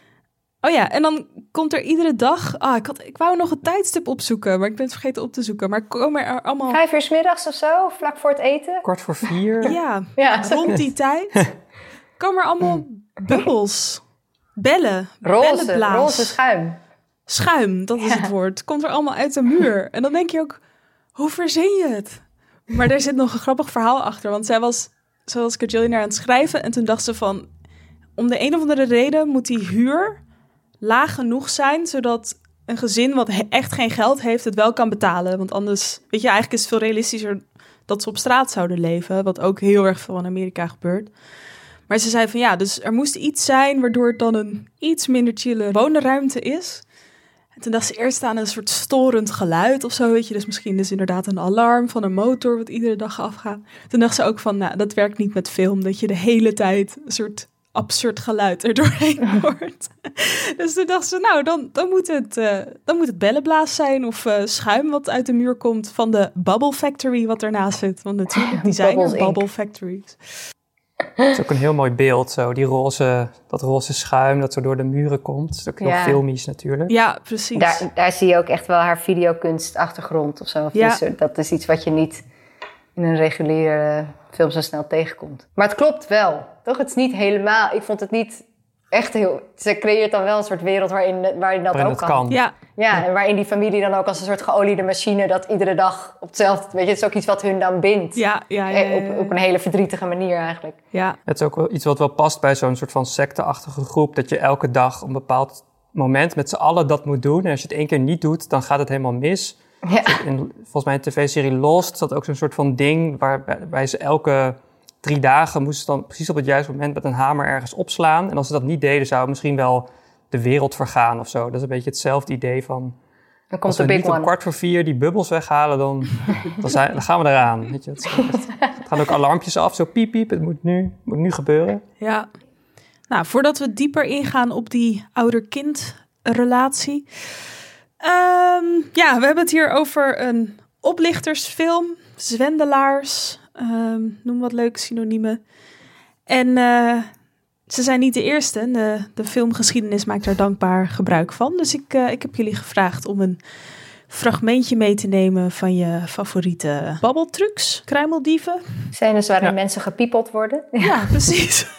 Oh ja, en dan komt er iedere dag... ik wou nog een tijdstip opzoeken, maar ik ben het vergeten op te zoeken. Maar komen er allemaal... 5 uur 's middags of zo, vlak voor het eten? 4:15. Ja, rond die tijd komen er allemaal bubbels, bellen, Roze schuim. Schuim, dat is het woord. Komt er allemaal uit de muur. En dan denk je ook, hoe verzin je het? Maar daar zit nog een grappig verhaal achter. Want zij was, zoals Kajillionaire, aan het schrijven. En toen dacht ze van, om de een of andere reden moet die huur laag genoeg zijn, zodat een gezin wat echt geen geld heeft het wel kan betalen. Want anders, weet je, eigenlijk is het veel realistischer dat ze op straat zouden leven. Wat ook heel erg veel in Amerika gebeurt. Maar ze zei van dus er moest iets zijn waardoor het dan een iets minder chille woonruimte is. En toen dacht ze eerst aan een soort storend geluid of zo, weet je. Dus misschien dus inderdaad een alarm van een motor wat iedere dag afgaat. Toen dacht ze ook van, dat werkt niet met film. Dat je de hele tijd een soort absurd geluid er doorheen hoort. Dus toen dacht ze, dan moet het bellenblaas zijn of schuim wat uit de muur komt van de Bubble Factory wat ernaast zit. Want natuurlijk, die zijn er Bubble Factories. Het is ook een heel mooi beeld, zo. Dat roze schuim dat zo door de muren komt. Dat is ook heel filmisch natuurlijk. Ja, precies. Daar zie je ook echt wel haar videokunstachtergrond of zo. Of dat is iets wat je niet in een reguliere film zo snel tegenkomt. Maar het klopt wel, toch? Het is niet helemaal... Ik vond het niet echt heel... Ze creëert dan wel een soort wereld waarin dat ook kan. Ja, en waarin die familie dan ook als een soort geoliede machine dat iedere dag op hetzelfde... Weet je, het is ook iets wat hun dan bindt. Ja. Op een hele verdrietige manier eigenlijk. Ja. Het is ook wel iets wat wel past bij zo'n soort van secteachtige groep, dat je elke dag op een bepaald moment met z'n allen dat moet doen. En als je het 1 keer niet doet, dan gaat het helemaal mis. Ja. Volgens mij in de tv-serie Lost zat ook zo'n soort van ding waarbij ze elke 3 dagen moesten dan precies op het juiste moment met een hamer ergens opslaan. En als ze dat niet deden, zou misschien wel de wereld vergaan of zo. Dat is een beetje hetzelfde idee van... Dan komt als we niet om 3:15 die bubbels weghalen, dan gaan we eraan. Weet je, het gaan ook alarmpjes af, zo piep, piep. Het moet nu gebeuren. Ja. Nou, voordat we dieper ingaan op die ouder-kind relatie... we hebben het hier over een oplichtersfilm, zwendelaars, noem wat leuke synoniemen. En ze zijn niet de eerste. De filmgeschiedenis maakt daar dankbaar gebruik van. Dus ik heb jullie gevraagd om een fragmentje mee te nemen van je favoriete babbeltrucs, kruimeldieven. Scènes waarin mensen gepiepeld worden. Ja, precies.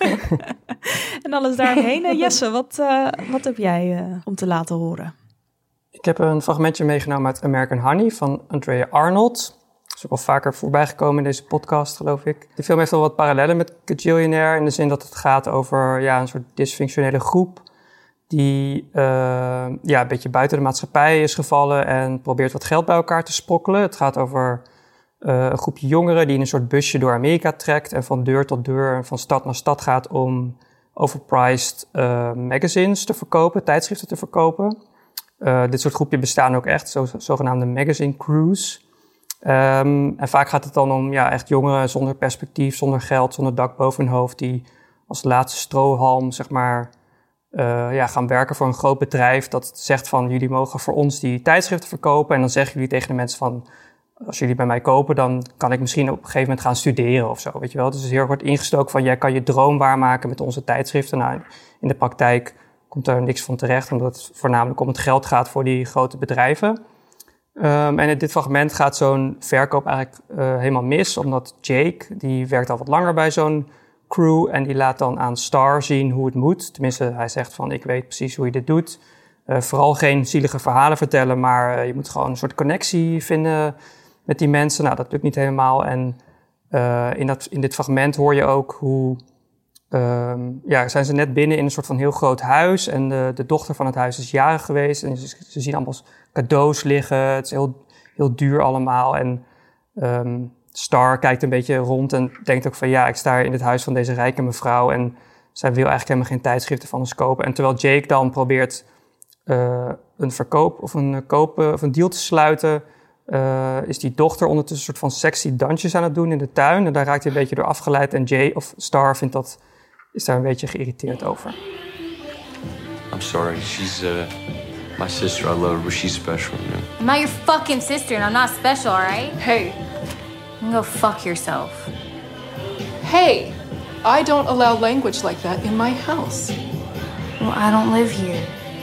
En alles daarheen. Jesse, wat heb jij om te laten horen? Ik heb een fragmentje meegenomen uit American Honey van Andrea Arnold. Dat is ook al vaker voorbij gekomen in deze podcast, geloof ik. De film heeft wel wat parallellen met Kajillionaire, in de zin dat het gaat over een soort dysfunctionele groep die een beetje buiten de maatschappij is gevallen en probeert wat geld bij elkaar te sprokkelen. Het gaat over een groepje jongeren die in een soort busje door Amerika trekt en van deur tot deur en van stad naar stad gaat om overpriced magazines te verkopen, tijdschriften te verkopen. Dit soort groepjes bestaan ook echt, zogenaamde magazine crews. En vaak gaat het dan om echt jongeren zonder perspectief, zonder geld, zonder dak boven hun hoofd, die als laatste strohalm zeg maar gaan werken voor een groot bedrijf dat zegt van jullie mogen voor ons die tijdschriften verkopen en dan zeggen jullie tegen de mensen van als jullie bij mij kopen, dan kan ik misschien op een gegeven moment gaan studeren of zo, weet je wel. Dus het heel wordt ingestoken van jij kan je droom waarmaken met onze tijdschriften. Nou, in de praktijk komt daar niks van terecht, omdat het voornamelijk om het geld gaat voor die grote bedrijven. En in dit fragment gaat zo'n verkoop eigenlijk helemaal mis, omdat Jake, die werkt al wat langer bij zo'n crew en die laat dan aan Star zien hoe het moet. Tenminste, hij zegt van ik weet precies hoe je dit doet. Vooral geen zielige verhalen vertellen, maar je moet gewoon een soort connectie vinden met die mensen. Nou, dat lukt niet helemaal. En in dit fragment hoor je ook hoe zijn ze net binnen in een soort van heel groot huis. En de dochter van het huis is jarig geweest. En ze zien allemaal cadeaus liggen. Het is heel, heel duur allemaal. En Star kijkt een beetje rond en denkt ook van ik sta in het huis van deze rijke mevrouw. En zij wil eigenlijk helemaal geen tijdschriften van ons kopen. En terwijl Jake dan probeert een verkoop of een deal te sluiten, is die dochter ondertussen een soort van sexy dansjes aan het doen in de tuin. En daar raakt hij een beetje door afgeleid. En Star is daar een beetje geïrriteerd over. I'm sorry. She's my sister. I love her, but she's special, you know. I'm not your fucking sister, and I'm not special, all right? Hey. You can go fuck yourself. Hey, I don't allow language like that in my house. Well, I don't live here.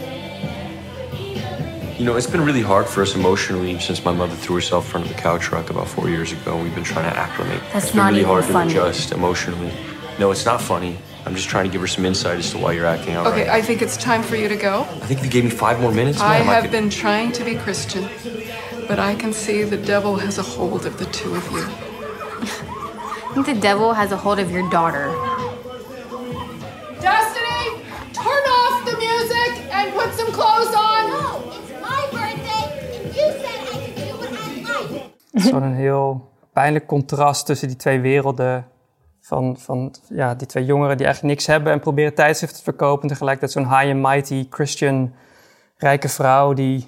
You know, it's been really hard for us emotionally since my mother threw herself in front of the cow truck about 4 years ago. We've been trying to acclimate. It's been really hard to adjust emotionally. No, it's not funny. I'm just trying to give her some insight as to why you're acting out Okay, right. I think it's time for you to go. I think if you gave me 5 more minutes, I have been trying to be Christian, but I can see the devil has a hold of the two of you. I think the devil has a hold of your daughter. Destiny, turn off the music and put some clothes on. No, it's my birthday and you said I could do what I like. Het is gewoon een heel pijnlijk contrast tussen die twee werelden. Van die twee jongeren die eigenlijk niks hebben en proberen tijdschriften te verkopen. En tegelijkertijd zo'n high and mighty Christian rijke vrouw die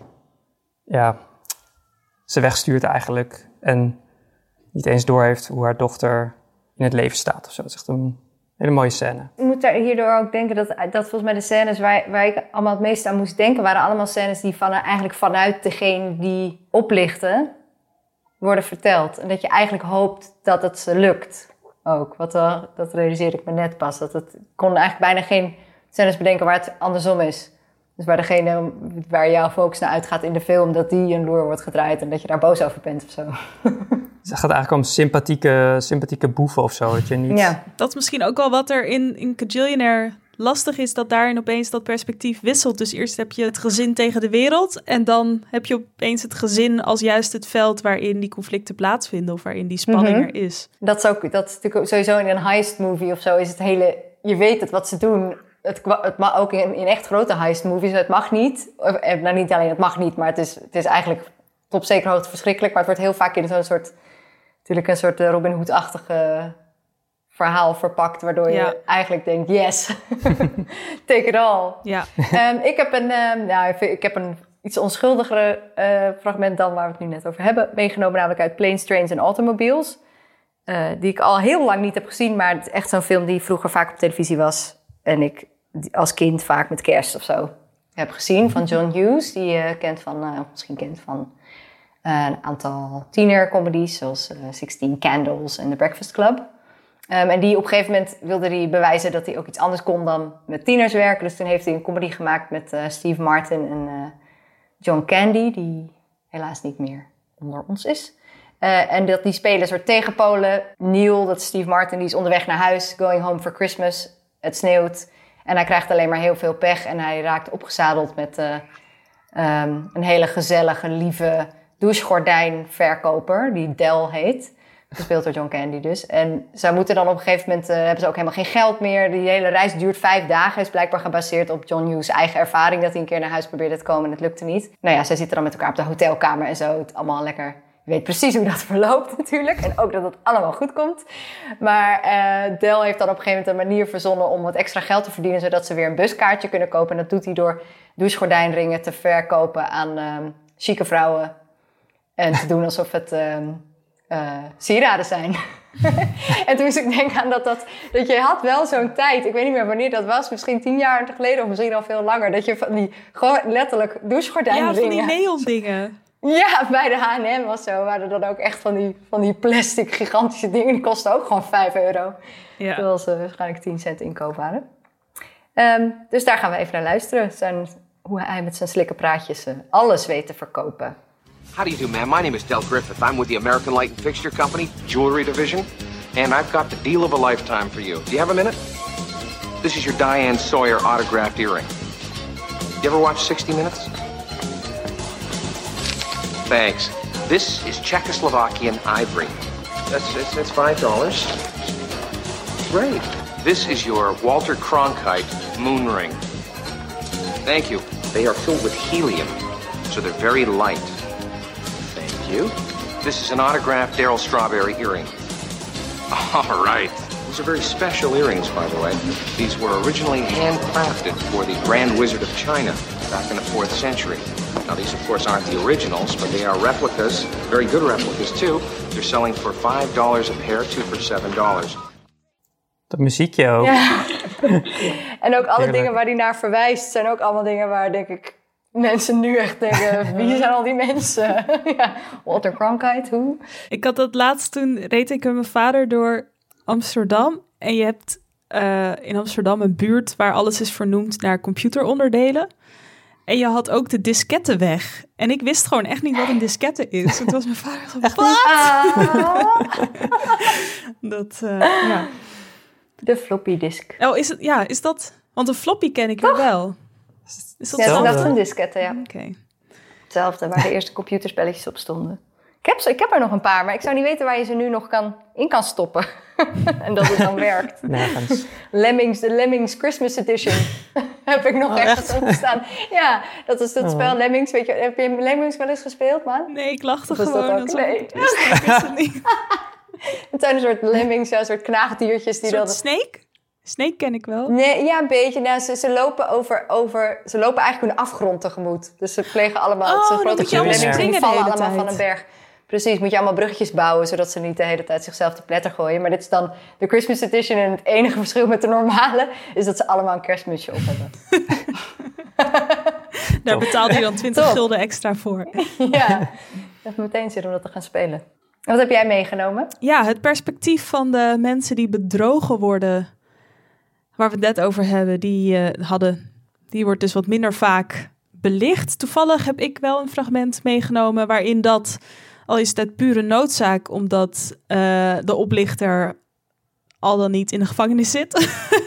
ze wegstuurt eigenlijk. En niet eens doorheeft hoe haar dochter in het leven staat of zo. Het is echt een hele mooie scène. Ik moet daar hierdoor ook denken dat volgens mij de scènes waar ik allemaal het meest aan moest denken... waren allemaal scènes die eigenlijk vanuit degene die oplichten worden verteld. En dat je eigenlijk hoopt dat het ze lukt ook. Dat realiseerde ik me net pas. Ik kon eigenlijk bijna geen scènes bedenken waar het andersom is. Dus waar degene waar jouw focus naar uitgaat in de film... dat die een loer wordt gedraaid en dat je daar boos over bent of zo. Het gaat eigenlijk om sympathieke boeven of zo. Dat je niet... Ja, dat is misschien ook wel wat er in Kajillionaire lastig is... dat daarin opeens dat perspectief wisselt. Dus eerst heb je het gezin tegen de wereld... en dan heb je opeens het gezin als juist het veld... waarin die conflicten plaatsvinden of waarin die spanning er is. Dat is natuurlijk sowieso in een heist movie of zo... is het hele... Je weet het wat ze doen... Het mag ook in echt grote heist movies. Het mag niet. Nou, niet alleen het mag niet, maar het is eigenlijk tot op zekere hoogte verschrikkelijk. Maar het wordt heel vaak in zo'n soort... Natuurlijk een soort Robin Hood-achtige verhaal verpakt. Waardoor je eigenlijk denkt, yes, take it all. Ja. Ik heb een iets onschuldigere fragment dan waar we het nu net over hebben meegenomen. Namelijk uit Planes, Trains and Automobiles. Die ik al heel lang niet heb gezien. Maar het is echt zo'n film die vroeger vaak op televisie was. En ik als kind vaak met kerst of zo heb gezien. Van John Hughes. Die je misschien kent van een aantal tienercomedies. Zoals 16 Candles en The Breakfast Club. En die op een gegeven moment wilde hij bewijzen dat hij ook iets anders kon dan met tieners werken. Dus toen heeft hij een comedy gemaakt met Steve Martin en John Candy. Die helaas niet meer onder ons is. En die spelen een soort tegenpolen. Neil, dat is Steve Martin, die is onderweg naar huis. Going home for Christmas. Het sneeuwt. En hij krijgt alleen maar heel veel pech. En hij raakt opgezadeld met een hele gezellige, lieve douchegordijnverkoper. Die Del heet. Gespeeld door John Candy dus. En zij moeten dan op een gegeven moment... hebben ze ook helemaal geen geld meer. Die hele reis duurt 5 dagen. Is blijkbaar gebaseerd op John Hughes' eigen ervaring. Dat hij een keer naar huis probeerde te komen en het lukte niet. Nou ja, zij zitten dan met elkaar op de hotelkamer en zo. Het allemaal lekker... Je weet precies hoe dat verloopt natuurlijk. En ook dat het allemaal goed komt. Maar Del heeft dan op een gegeven moment een manier verzonnen... om wat extra geld te verdienen... zodat ze weer een buskaartje kunnen kopen. En dat doet hij door douchegordijnringen te verkopen aan chique vrouwen. En te doen alsof het sieraden zijn. En toen moest ik denken aan dat je had wel zo'n tijd... Ik weet niet meer wanneer dat was. Misschien 10 jaar geleden of misschien al veel langer. Dat je van die gewoon letterlijk douchegordijnringen... Ja, van die neondingen. Ja, bij de H&M was zo. Waren er dan ook echt van die plastic gigantische dingen. Die kosten ook gewoon €5. Ja. Terwijl ze waarschijnlijk 10 cent inkoop waren. Dus daar gaan we even naar luisteren. Hoe hij met zijn slikke praatjes alles weet te verkopen. How do you do, man? My name is Del Griffith. I'm with the American Light and Fixture Company, Jewelry Division. And I've got the deal of a lifetime for you. Do you have a minute? This is your Diane Sawyer autographed earring. You ever watch 60 Minutes? Thanks. This is Czechoslovakian ivory. That's $5. Great. This is your Walter Cronkite moon ring. Thank you. They are filled with helium, so they're very light. Thank you. This is an autographed Daryl Strawberry earring. All right. These are very special earrings, by the way. These were originally handcrafted for the Grand Wizard of China back in the 4th century. Now, these, of course, aren't the originals, but they are replicas, very good replicas, too. They're selling for $5 a pair, 2 for $7. Dat muziekje ook. Ja. En ook alle dingen waar hij naar verwijst... zijn ook allemaal dingen waar, denk ik... mensen nu echt denken... wie zijn al die mensen? Ja, Walter Cronkite, hoe? Ik had dat laatst, toen reed ik met mijn vader door Amsterdam. En je hebt in Amsterdam een buurt... waar alles is vernoemd naar computeronderdelen. En je had ook de diskettenweg. En ik wist gewoon echt niet wat een diskette is. En toen was mijn vader zo, wat? Ja. De floppy disk. Oh, is het? Ja, is dat... Want een floppy ken ik wel. Is dat ja, dat is een diskette, ja. Okay. Hetzelfde, waar de eerste computerspelletjes op stonden. Ik heb er nog een paar, maar ik zou niet weten waar je ze nu nog in kan stoppen. En dat het dan werkt. Nergens. De Lemmings Christmas Edition heb ik nog ergens opgestaan. Ja, dat is dat spel Lemmings. Weet je, heb je Lemmings wel eens gespeeld, man? Nee, ik lachte gewoon. Nee. Het zijn een soort Lemmings, een soort knaagdiertjes. Die dat... Snake? Snake ken ik wel. Nee, ja, een beetje. Nou, ze lopen ze lopen eigenlijk hun afgrond tegemoet. Dus ze plegen allemaal... dan moet je allemaal springen die vallen de hele allemaal tijd. van een berg. Precies, moet je allemaal bruggetjes bouwen... zodat ze niet de hele tijd zichzelf te pletter gooien. Maar dit is dan de Christmas Edition... en het enige verschil met de normale... is dat ze allemaal een kerstmusje op hebben. Daar betaalde je dan 20 gulden extra voor. Ja, dat heeft meteen zin om dat te gaan spelen. Wat heb jij meegenomen? Ja, het perspectief van de mensen die bedrogen worden... waar we het net over hebben, die wordt dus wat minder vaak belicht. Toevallig heb ik wel een fragment meegenomen waarin dat, al is het uit pure noodzaak, omdat de oplichter al dan niet in de gevangenis zit.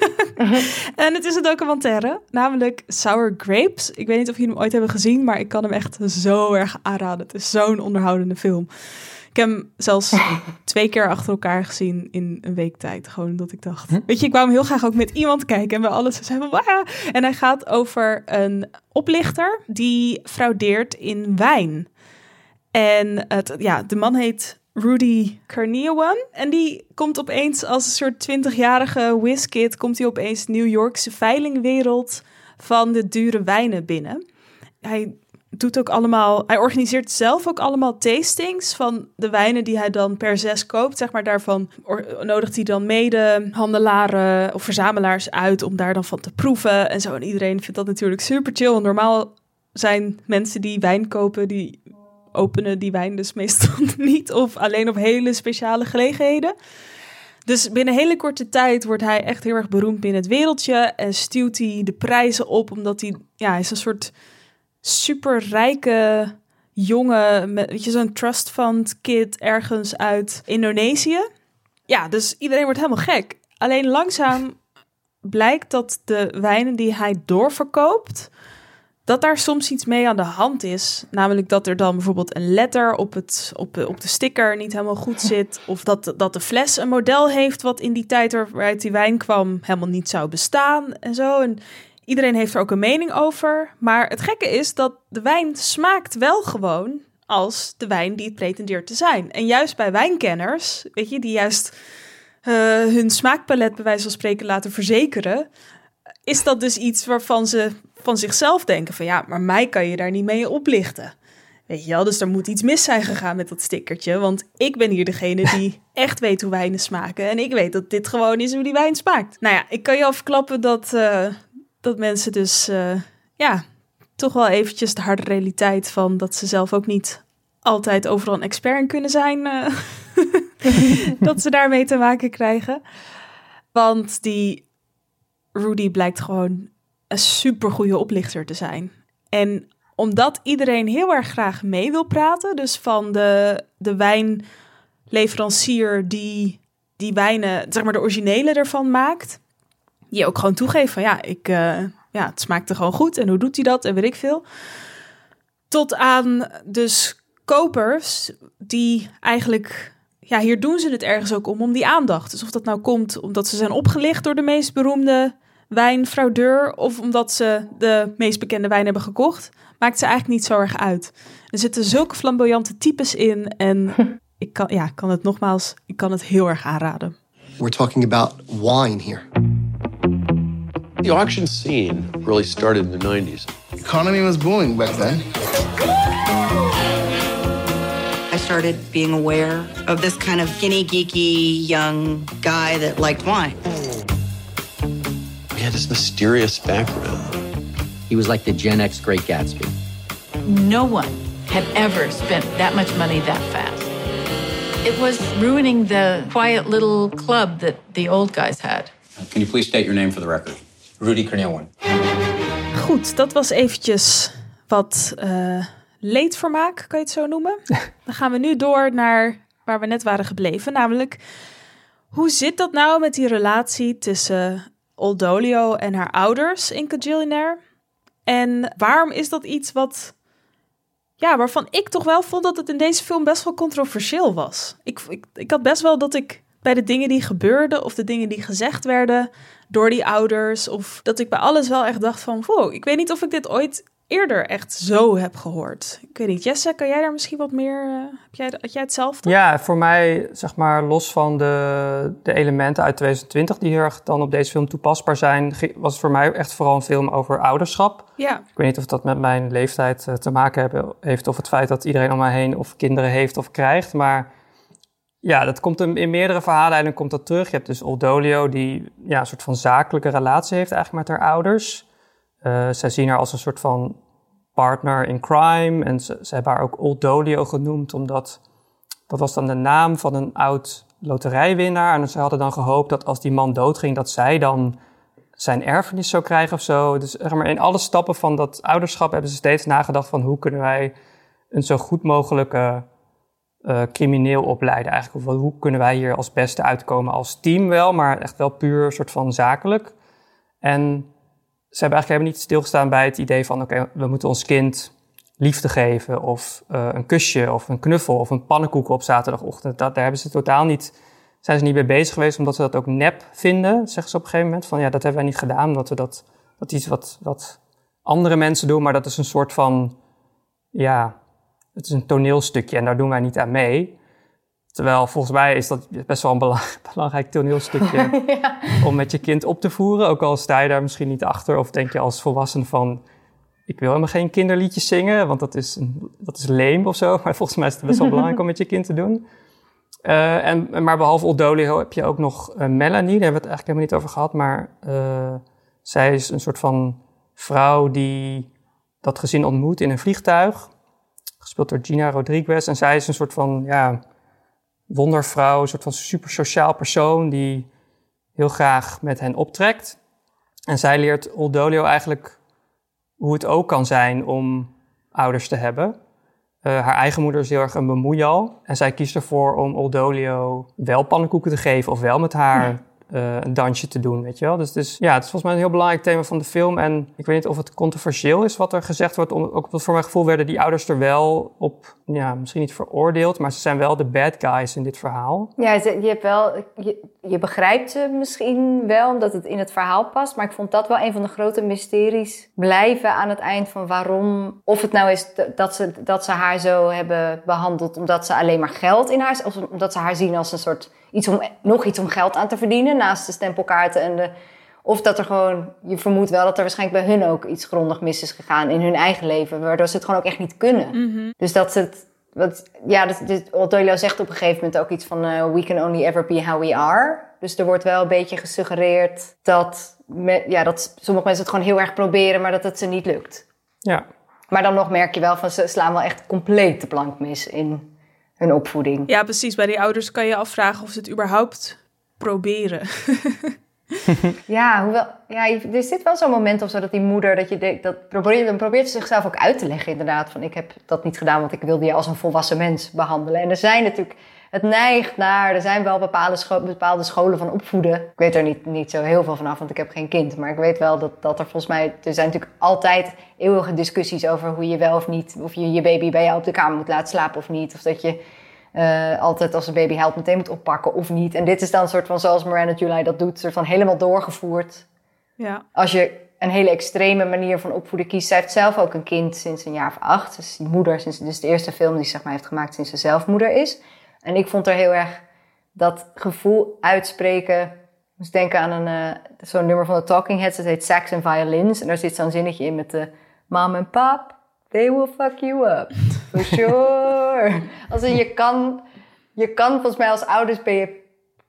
En het is een documentaire, namelijk Sour Grapes. Ik weet niet of jullie hem ooit hebben gezien, maar ik kan hem echt zo erg aanraden. Het is zo'n onderhoudende film. Ik heb hem zelfs 2 keer achter elkaar gezien in een week tijd. Gewoon omdat ik dacht... Weet je, ik wou hem heel graag ook met iemand kijken. En we alles zijn van... En hij gaat over een oplichter die fraudeert in wijn. En de man heet Rudy Karniowan. En die komt opeens als een soort 20-jarige whizkid... komt hij opeens New Yorkse veilingwereld van de dure wijnen binnen. Hij organiseert zelf ook allemaal tastings van de wijnen die hij dan per 6 koopt. Zeg maar, daarvan nodigt hij dan mede-handelaren of verzamelaars uit om daar dan van te proeven en zo. En iedereen vindt dat natuurlijk super chill. Want normaal zijn mensen die wijn kopen, die openen die wijn dus meestal niet of alleen op hele speciale gelegenheden. Dus binnen een hele korte tijd wordt hij echt heel erg beroemd binnen het wereldje en stuwt hij de prijzen op, omdat hij is een soort superrijke jongen, met zo'n trust fund kid ergens uit Indonesië. Ja, dus iedereen wordt helemaal gek. Alleen langzaam blijkt dat de wijnen die hij doorverkoopt, dat daar soms iets mee aan de hand is. Namelijk dat er dan bijvoorbeeld een letter op de sticker niet helemaal goed zit. Of dat de fles een model heeft wat in die tijd waaruit die wijn kwam helemaal niet zou bestaan en zo. En iedereen heeft er ook een mening over. Maar het gekke is dat de wijn smaakt wel gewoon als de wijn die het pretendeert te zijn. En juist bij wijnkenners, weet je, die juist hun smaakpalet bij wijze van spreken laten verzekeren, is dat dus iets waarvan ze van zichzelf denken van ja, maar mij kan je daar niet mee oplichten. Weet je wel, dus er moet iets mis zijn gegaan met dat stickertje, want ik ben hier degene die echt weet hoe wijnen smaken. En ik weet dat dit gewoon is hoe die wijn smaakt. Nou ja, ik kan je al verklappen dat mensen dus toch wel eventjes de harde realiteit van dat ze zelf ook niet altijd overal een expert in kunnen zijn, dat ze daarmee te maken krijgen. Want die Rudy blijkt gewoon een supergoeie oplichter te zijn. En omdat iedereen heel erg graag mee wil praten, dus van de wijnleverancier die wijnen, zeg maar de originele ervan maakt, die ook gewoon toegeeft van het smaakte gewoon goed en hoe doet hij dat en weet ik veel. Tot aan dus kopers die eigenlijk, hier doen ze het ergens ook om die aandacht. Dus of dat nou komt omdat ze zijn opgelicht door de meest beroemde wijnfraudeur of omdat ze de meest bekende wijn hebben gekocht, maakt ze eigenlijk niet zo erg uit. Er zitten zulke flamboyante types in en ik kan het heel erg aanraden. We're talking about wine here. The auction scene really started in the 90s. The economy was booming back then. I started being aware of this kind of skinny, geeky, young guy that liked wine. had this mysterious background. He was like the Gen X Great Gatsby. No one had ever spent that much money that fast. It was ruining the quiet little club that the old guys had. Can you please state your name for the record? Rudy Cornelwyn. Goed, dat was eventjes wat leedvermaak, kan je het zo noemen? Dan gaan we nu door naar waar we net waren gebleven. Namelijk, hoe zit dat nou met die relatie tussen Old Dolio en haar ouders in Kajillionaire? En waarom is dat iets waarvan ik toch wel vond dat het in deze film best wel controversieel was. Ik had best wel dat ik bij de dingen die gebeurden of de dingen die gezegd werden door die ouders, of dat ik bij alles wel echt dacht van, wow, ik weet niet of ik dit ooit eerder echt zo heb gehoord. Ik weet niet, Jesse, kan jij daar misschien wat meer... Had jij hetzelfde? Ja, voor mij, zeg maar, los van de elementen uit 2020... die heel erg dan op deze film toepasbaar zijn... was het voor mij echt vooral een film over ouderschap. Ja. Ik weet niet of dat met mijn leeftijd te maken heeft... of het feit dat iedereen om mij heen of kinderen heeft of krijgt. Maar ja, dat komt in meerdere verhalen komt dat terug. Je hebt dus Old Dolio die een soort van zakelijke relatie heeft eigenlijk met haar ouders... zij zien haar als een soort van partner in crime. En ze hebben haar ook Old Dolio genoemd, omdat dat was dan de naam van een oud loterijwinnaar. En ze hadden dan gehoopt dat als die man doodging, dat zij dan zijn erfenis zou krijgen of zo. Dus zeg maar, in alle stappen van dat ouderschap hebben ze steeds nagedacht van hoe kunnen wij een zo goed mogelijke crimineel opleiden eigenlijk. Of hoe kunnen wij hier als beste uitkomen als team wel, maar echt wel puur soort van zakelijk. En ze hebben eigenlijk helemaal niet stilgestaan bij het idee van... oké, we moeten ons kind liefde geven... of een kusje of een knuffel of een pannenkoek op zaterdagochtend. Daar hebben ze totaal niet... zijn ze niet mee bezig geweest... omdat ze dat ook nep vinden, zeggen ze op een gegeven moment. Van ja, dat hebben wij niet gedaan... omdat we dat iets wat andere mensen doen... maar dat is een soort van... ja, het is een toneelstukje... en daar doen wij niet aan mee... Terwijl volgens mij is dat best wel een belangrijk toneelstukje om met je kind op te voeren. Ook al sta je daar misschien niet achter of denk je als volwassene van... ik wil helemaal geen kinderliedjes zingen, want dat is leem of zo. Maar volgens mij is het best wel belangrijk om met je kind te doen. Maar behalve Old Dolio heb je ook nog Melanie, daar hebben we het eigenlijk helemaal niet over gehad. Maar zij is een soort van vrouw die dat gezin ontmoet in een vliegtuig. Gespeeld door Gina Rodriguez. En zij is een soort van... wondervrouw, een soort van super sociaal persoon die heel graag met hen optrekt. En zij leert Old Dolio eigenlijk hoe het ook kan zijn om ouders te hebben. Haar eigen moeder is heel erg een bemoeial. En zij kiest ervoor om Old Dolio wel pannenkoeken te geven of wel met haar een dansje te doen, weet je wel. Dus het is volgens mij een heel belangrijk thema van de film. En ik weet niet of het controversieel is wat er gezegd wordt. Ook voor mijn gevoel werden die ouders er wel op, misschien niet veroordeeld, maar ze zijn wel de bad guys in dit verhaal. Ja, je begrijpt ze misschien wel, omdat het in het verhaal past. Maar ik vond dat wel een van de grote mysteries blijven aan het eind van waarom. Of het nou is dat ze haar zo hebben behandeld omdat ze alleen maar geld in haar... of omdat ze haar zien als een soort... nog iets om geld aan te verdienen naast de stempelkaarten of dat er gewoon, je vermoedt wel dat er waarschijnlijk bij hun ook iets grondig mis is gegaan in hun eigen leven, waardoor ze het gewoon ook echt niet kunnen. Mm-hmm. Dus dat ze het, Old Dolio zegt op een gegeven moment ook iets van we can only ever be how we are. Dus er wordt wel een beetje gesuggereerd dat sommige mensen het gewoon heel erg proberen, maar dat het ze niet lukt. Ja. Maar dan nog merk je wel van ze slaan wel echt compleet de plank mis in hun opvoeding. Ja, precies. Bij die ouders kan je afvragen of ze het überhaupt proberen. Er zit wel zo'n moment of zo dat die moeder, dat je denkt, dan probeert ze zichzelf ook uit te leggen inderdaad. Van ik heb dat niet gedaan, want ik wilde je als een volwassen mens behandelen. En er zijn natuurlijk, het neigt naar, er zijn wel bepaalde scholen van opvoeden. Ik weet er niet zo heel veel vanaf, want ik heb geen kind. Maar ik weet wel dat er volgens mij, er zijn natuurlijk altijd eeuwige discussies over hoe je wel of niet, of je baby bij jou op de kamer moet laten slapen of niet. Of dat je altijd als een baby huilt meteen moet oppakken of niet. En dit is dan een soort van, zoals Miranda July dat doet, een soort van helemaal doorgevoerd. Ja. Als je een hele extreme manier van opvoeden kiest. Zij heeft zelf ook een kind sinds een jaar of 8. Dus die moeder, dus de eerste film die ze heeft gemaakt sinds ze zelf moeder is. En ik vond er heel erg dat gevoel uitspreken. Ik moest denken aan zo'n nummer van de Talking Heads. Dat heet Sax and Violins. En daar zit zo'n zinnetje in met de mom en pop. They will fuck you up. For sure. Je kan volgens mij als ouders ben je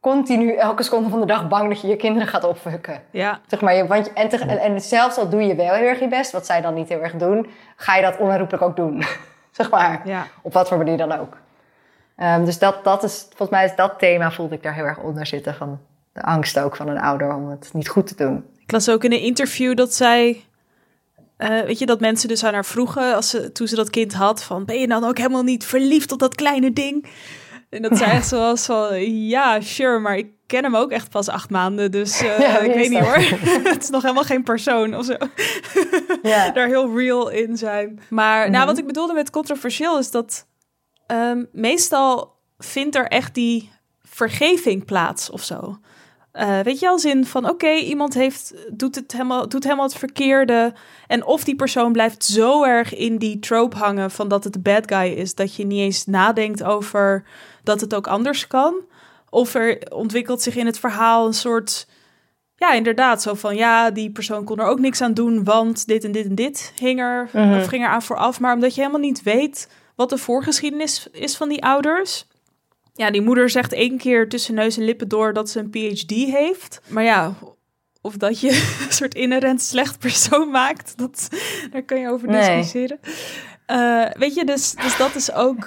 continu elke seconde van de dag bang dat je je kinderen gaat opfucken. Ja. Zeg maar, en zelfs al doe je wel heel erg je best, wat zij dan niet heel erg doen, ga je dat onherroepelijk ook doen. Zeg maar. Ja. Op wat voor manier dan ook. Dus dat is, volgens mij is dat thema, voelde ik daar heel erg onder zitten. Van de angst ook van een ouder om het niet goed te doen. Ik las ook in een interview dat zij... weet je, dat mensen dus aan haar vroegen, toen ze dat kind had, van ben je dan ook helemaal niet verliefd op dat kleine ding? En dat zei echt zoals van, ja, sure, maar ik ken hem ook echt pas 8 maanden, dus ik weet niet hoor. Het is nog helemaal geen persoon of zo. Ja. Daar heel real in zijn. Maar nou, wat ik bedoelde met controversieel is dat meestal vindt er echt die vergeving plaats of zo. Weet je, als in van oké, iemand doet helemaal het verkeerde. En of die persoon blijft zo erg in die trope hangen van dat het de bad guy is, dat je niet eens nadenkt over dat het ook anders kan. Of er ontwikkelt zich in het verhaal een soort, ja, inderdaad, zo van ja, die persoon kon er ook niks aan doen, want dit en dit en dit ging er aan vooraf. Maar omdat je helemaal niet weet wat de voorgeschiedenis is van die ouders. Ja, die moeder zegt 1 keer tussen neus en lippen door dat ze een PhD heeft. Maar ja, of dat je een soort inherent slecht persoon maakt, daar kun je over discussiëren. Weet je, dus dat is ook...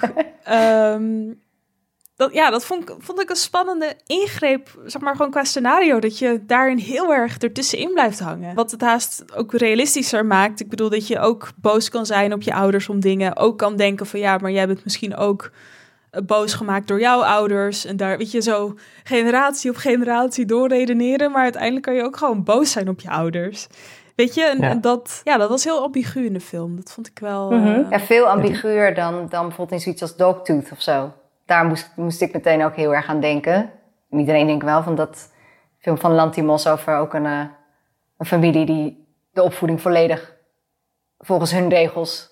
dat vond ik een spannende ingreep, zeg maar gewoon qua scenario, dat je daarin heel erg ertussenin blijft hangen. Wat het haast ook realistischer maakt. Ik bedoel dat je ook boos kan zijn op je ouders om dingen. Ook kan denken van ja, maar jij bent misschien ook boos gemaakt door jouw ouders. En daar, weet je, zo generatie op generatie doorredeneren. Maar uiteindelijk kan je ook gewoon boos zijn op je ouders. Weet je, en dat was heel ambigu in de film. Dat vond ik wel... Ja, veel ambiguur dan bijvoorbeeld in zoiets als Dogtooth of zo. Daar moest ik meteen ook heel erg aan denken. Iedereen denkt wel van dat film van Lanthimos over ook een familie die de opvoeding volledig volgens hun regels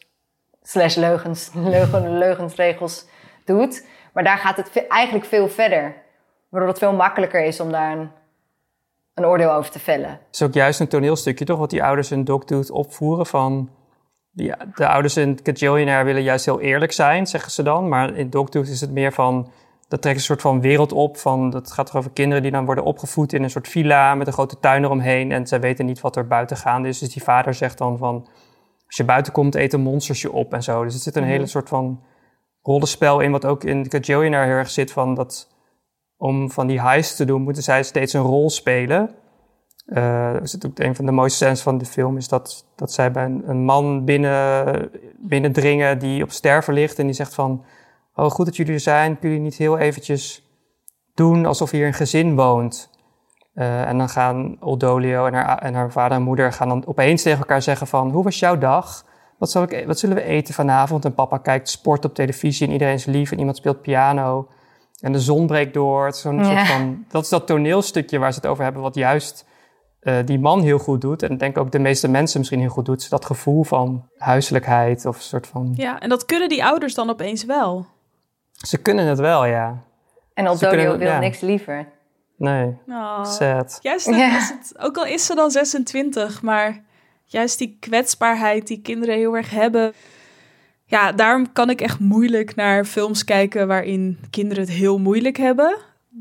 /leugensregels doet. Maar daar gaat het eigenlijk veel verder. Waardoor het veel makkelijker is om daar een oordeel over te vellen. Het is ook juist een toneelstukje toch, wat die ouders in Dogtooth opvoeren van... Ja, de ouders in Kajillionaire willen juist heel eerlijk zijn, zeggen ze dan. Maar in Dogtooth is het meer van... Dat trekt een soort van wereld op. Dat gaat toch over kinderen die dan worden opgevoed in een soort villa met een grote tuin eromheen. En zij weten niet wat er buiten gaande is. Dus die vader zegt dan van... Als je buiten komt, eten monsters je op en zo. Dus er zit een hele soort van rollenspel in, wat ook in Kajillionaire heel erg zit van dat... Om van die heist te doen, moeten zij steeds een rol spelen. Is het ook een van de mooiste scènes van de film, is dat zij bij een man binnendringen die op sterven ligt. En die zegt van, oh, goed dat jullie er zijn. Kunnen jullie niet heel eventjes doen alsof hier een gezin woont? En dan gaan Old Dolio en haar vader en moeder gaan dan opeens tegen elkaar zeggen van, hoe was jouw dag? Wat zullen we eten vanavond? En papa kijkt sport op televisie en iedereen is lief en iemand speelt piano. En de zon breekt door. Het is soort van, dat is dat toneelstukje waar ze het over hebben, wat juist die man heel goed doet. En ik denk ook de meeste mensen misschien heel goed doet. Dat gevoel van huiselijkheid of een soort van... Ja, en dat kunnen die ouders dan opeens wel. Ze kunnen het wel, ja. En Old Dolio wil niks liever. Nee, sad. Juist is het, ook al is ze dan 26, maar juist die kwetsbaarheid die kinderen heel erg hebben... Ja, daarom kan ik echt moeilijk naar films kijken waarin kinderen het heel moeilijk hebben.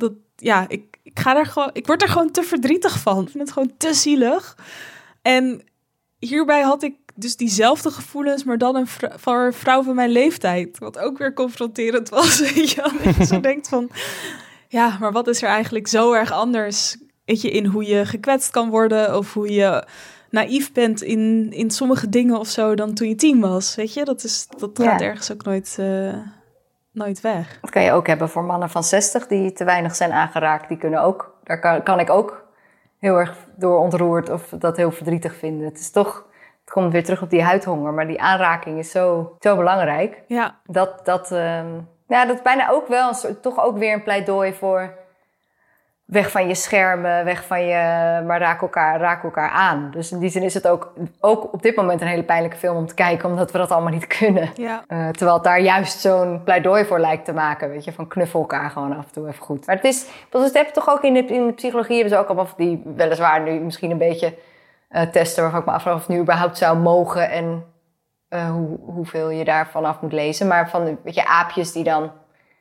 Ik word er gewoon te verdrietig van. Ik vind het gewoon te zielig. En hierbij had ik dus diezelfde gevoelens, maar dan voor een vrouw van mijn leeftijd. Wat ook weer confronterend was. Weet je, dat je zo denkt van, ja, maar wat is er eigenlijk zo erg anders? Weet je, in hoe je gekwetst kan worden of hoe je naïef bent in sommige dingen of zo dan toen je 10 was. Weet je, dat gaat ergens ook nooit weg. Dat kan je ook hebben voor mannen van 60 die te weinig zijn aangeraakt. Die kunnen ook, daar kan ik ook heel erg door ontroerd of dat heel verdrietig vinden. Het is toch, het komt weer terug op die huidhonger, maar die aanraking is zo belangrijk. Ja. Dat is bijna ook wel toch ook weer een pleidooi voor weg van je schermen, weg van je, maar raak elkaar aan. Dus in die zin is het ook op dit moment een hele pijnlijke film om te kijken, omdat we dat allemaal niet kunnen. Ja. Terwijl het daar juist zo'n pleidooi voor lijkt te maken, weet je, van knuffel elkaar gewoon af en toe even goed. Maar het is, dat heb je toch ook in de psychologie, hebben ze ook allemaal die weliswaar nu misschien een beetje testen, waarvan ik me afvraag of het nu überhaupt zou mogen en hoeveel je daarvan af moet lezen. Maar van, weet je, aapjes die dan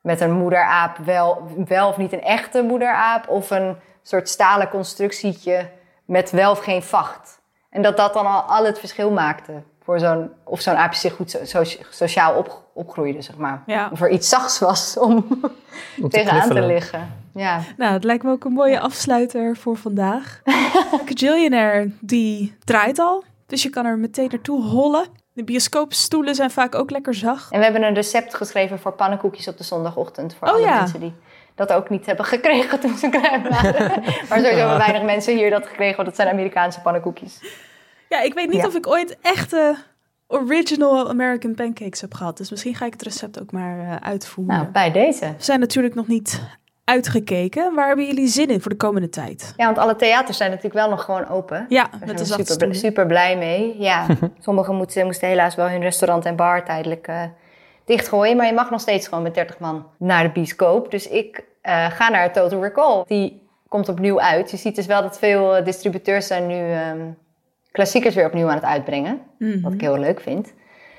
met een moederaap wel of niet een echte moederaap... of een soort stalen constructietje met wel of geen vacht. En dat dan al het verschil maakte. Of zo'n aapje zich goed sociaal opgroeide, zeg maar. Ja. Of er iets zachts was om tegenaan te liggen. Ja. Nou, het lijkt me ook een mooie afsluiter voor vandaag. Kajillionaire, die draait al. Dus je kan er meteen naartoe hollen. De bioscoopstoelen zijn vaak ook lekker zacht. En we hebben een recept geschreven voor pannenkoekjes op de zondagochtend. Voor alle mensen die dat ook niet hebben gekregen toen ze klein waren. Maar sowieso hebben weinig mensen hier dat gekregen, want dat zijn Amerikaanse pannenkoekjes. Ja, ik weet niet of ik ooit echte original American pancakes heb gehad. Dus misschien ga ik het recept ook maar uitvoeren. Nou, bij deze. We zijn natuurlijk nog niet uitgekeken. Waar hebben jullie zin in voor de komende tijd? Ja, want alle theaters zijn natuurlijk wel nog gewoon open. Ja, daar zijn we super blij mee. Ja, sommigen moesten helaas wel hun restaurant en bar tijdelijk dichtgooien. Maar je mag nog steeds gewoon met 30 man naar de bioscoop. Dus ik ga naar Total Recall. Die komt opnieuw uit. Je ziet dus wel dat veel distributeurs zijn nu klassiekers weer opnieuw aan het uitbrengen. Mm-hmm. Wat ik heel leuk vind.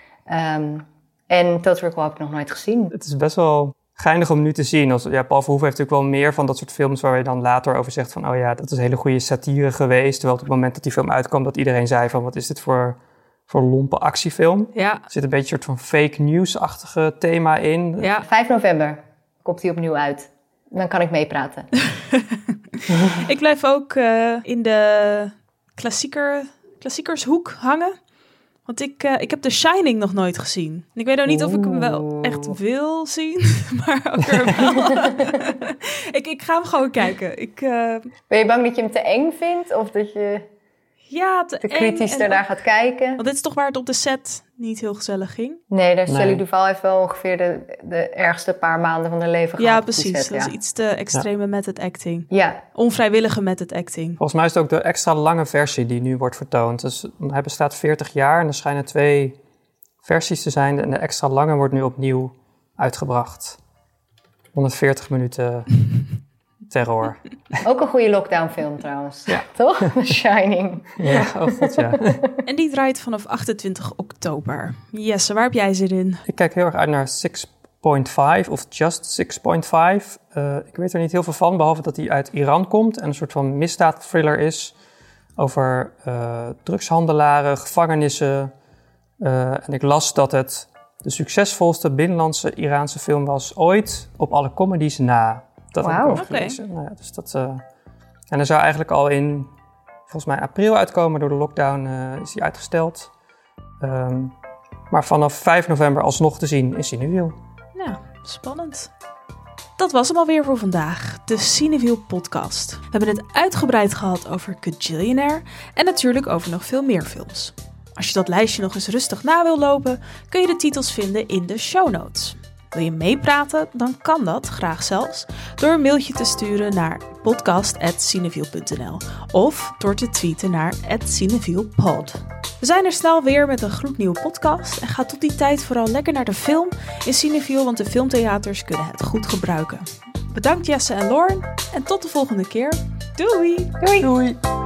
En Total Recall heb ik nog nooit gezien. Het is best wel geinig om nu te zien. Paul Verhoeven heeft natuurlijk wel meer van dat soort films waar je dan later over zegt van, oh ja, dat is een hele goede satire geweest. Terwijl op het moment dat die film uitkwam, dat iedereen zei van, wat is dit voor lompe actiefilm? Ja. Er zit een beetje een soort van fake news-achtige thema in. Ja. 5 november komt die opnieuw uit. Dan kan ik meepraten. Ik blijf ook in de klassiekershoek hangen. Want ik heb The Shining nog nooit gezien. En ik weet ook niet of ik hem wel echt wil zien. Maar ook ik ga hem gewoon kijken. Ben je bang dat je hem te eng vindt? Of dat je te kritisch daarnaar gaat kijken? Want dit is toch waar het op de set niet heel gezellig ging? Nee, Shelley Duvall heeft wel ongeveer de ergste paar maanden van haar leven gehad. Ja, precies. Dat is iets te extreme method acting. Ja. Onvrijwillige method acting. Volgens mij is het ook de extra lange versie die nu wordt vertoond. Dus hij bestaat 40 jaar en er schijnen 2 versies te zijn. En de extra lange wordt nu opnieuw uitgebracht. 140 minuten terror. Ook een goede lockdownfilm trouwens. Ja. Toch? The Shining. Ja, oh god ja. En die draait vanaf 28 oktober. Jesse, waar heb jij zin in? Ik kijk heel erg uit naar 6.5 of Just 6.5. Ik weet er niet heel veel van, behalve dat hij uit Iran komt en een soort van misdaadthriller is over drugshandelaren, gevangenissen. En ik las dat het de succesvolste binnenlandse Iraanse film was ooit op alle comedies na. Dat heb ik overgelezen. Okay. Nou ja, dus dat, en er zou eigenlijk al in, volgens mij april uitkomen. Door de lockdown is die uitgesteld. Maar vanaf 5 november alsnog te zien in Cineville. Nou, spannend. Dat was hem alweer voor vandaag, de Cineville podcast. We hebben het uitgebreid gehad over Kajillionaire en natuurlijk over nog veel meer films. Als je dat lijstje nog eens rustig na wil lopen, kun je de titels vinden in de show notes. Wil je meepraten? Dan kan dat, graag zelfs, door een mailtje te sturen naar podcast@cineville.nl of door te tweeten naar @cinevillepod. We zijn er snel weer met een gloednieuwe podcast en ga tot die tijd vooral lekker naar de film in Cineville, want de filmtheaters kunnen het goed gebruiken. Bedankt Jesse en Lauren en tot de volgende keer. Doei! Doei! Doei.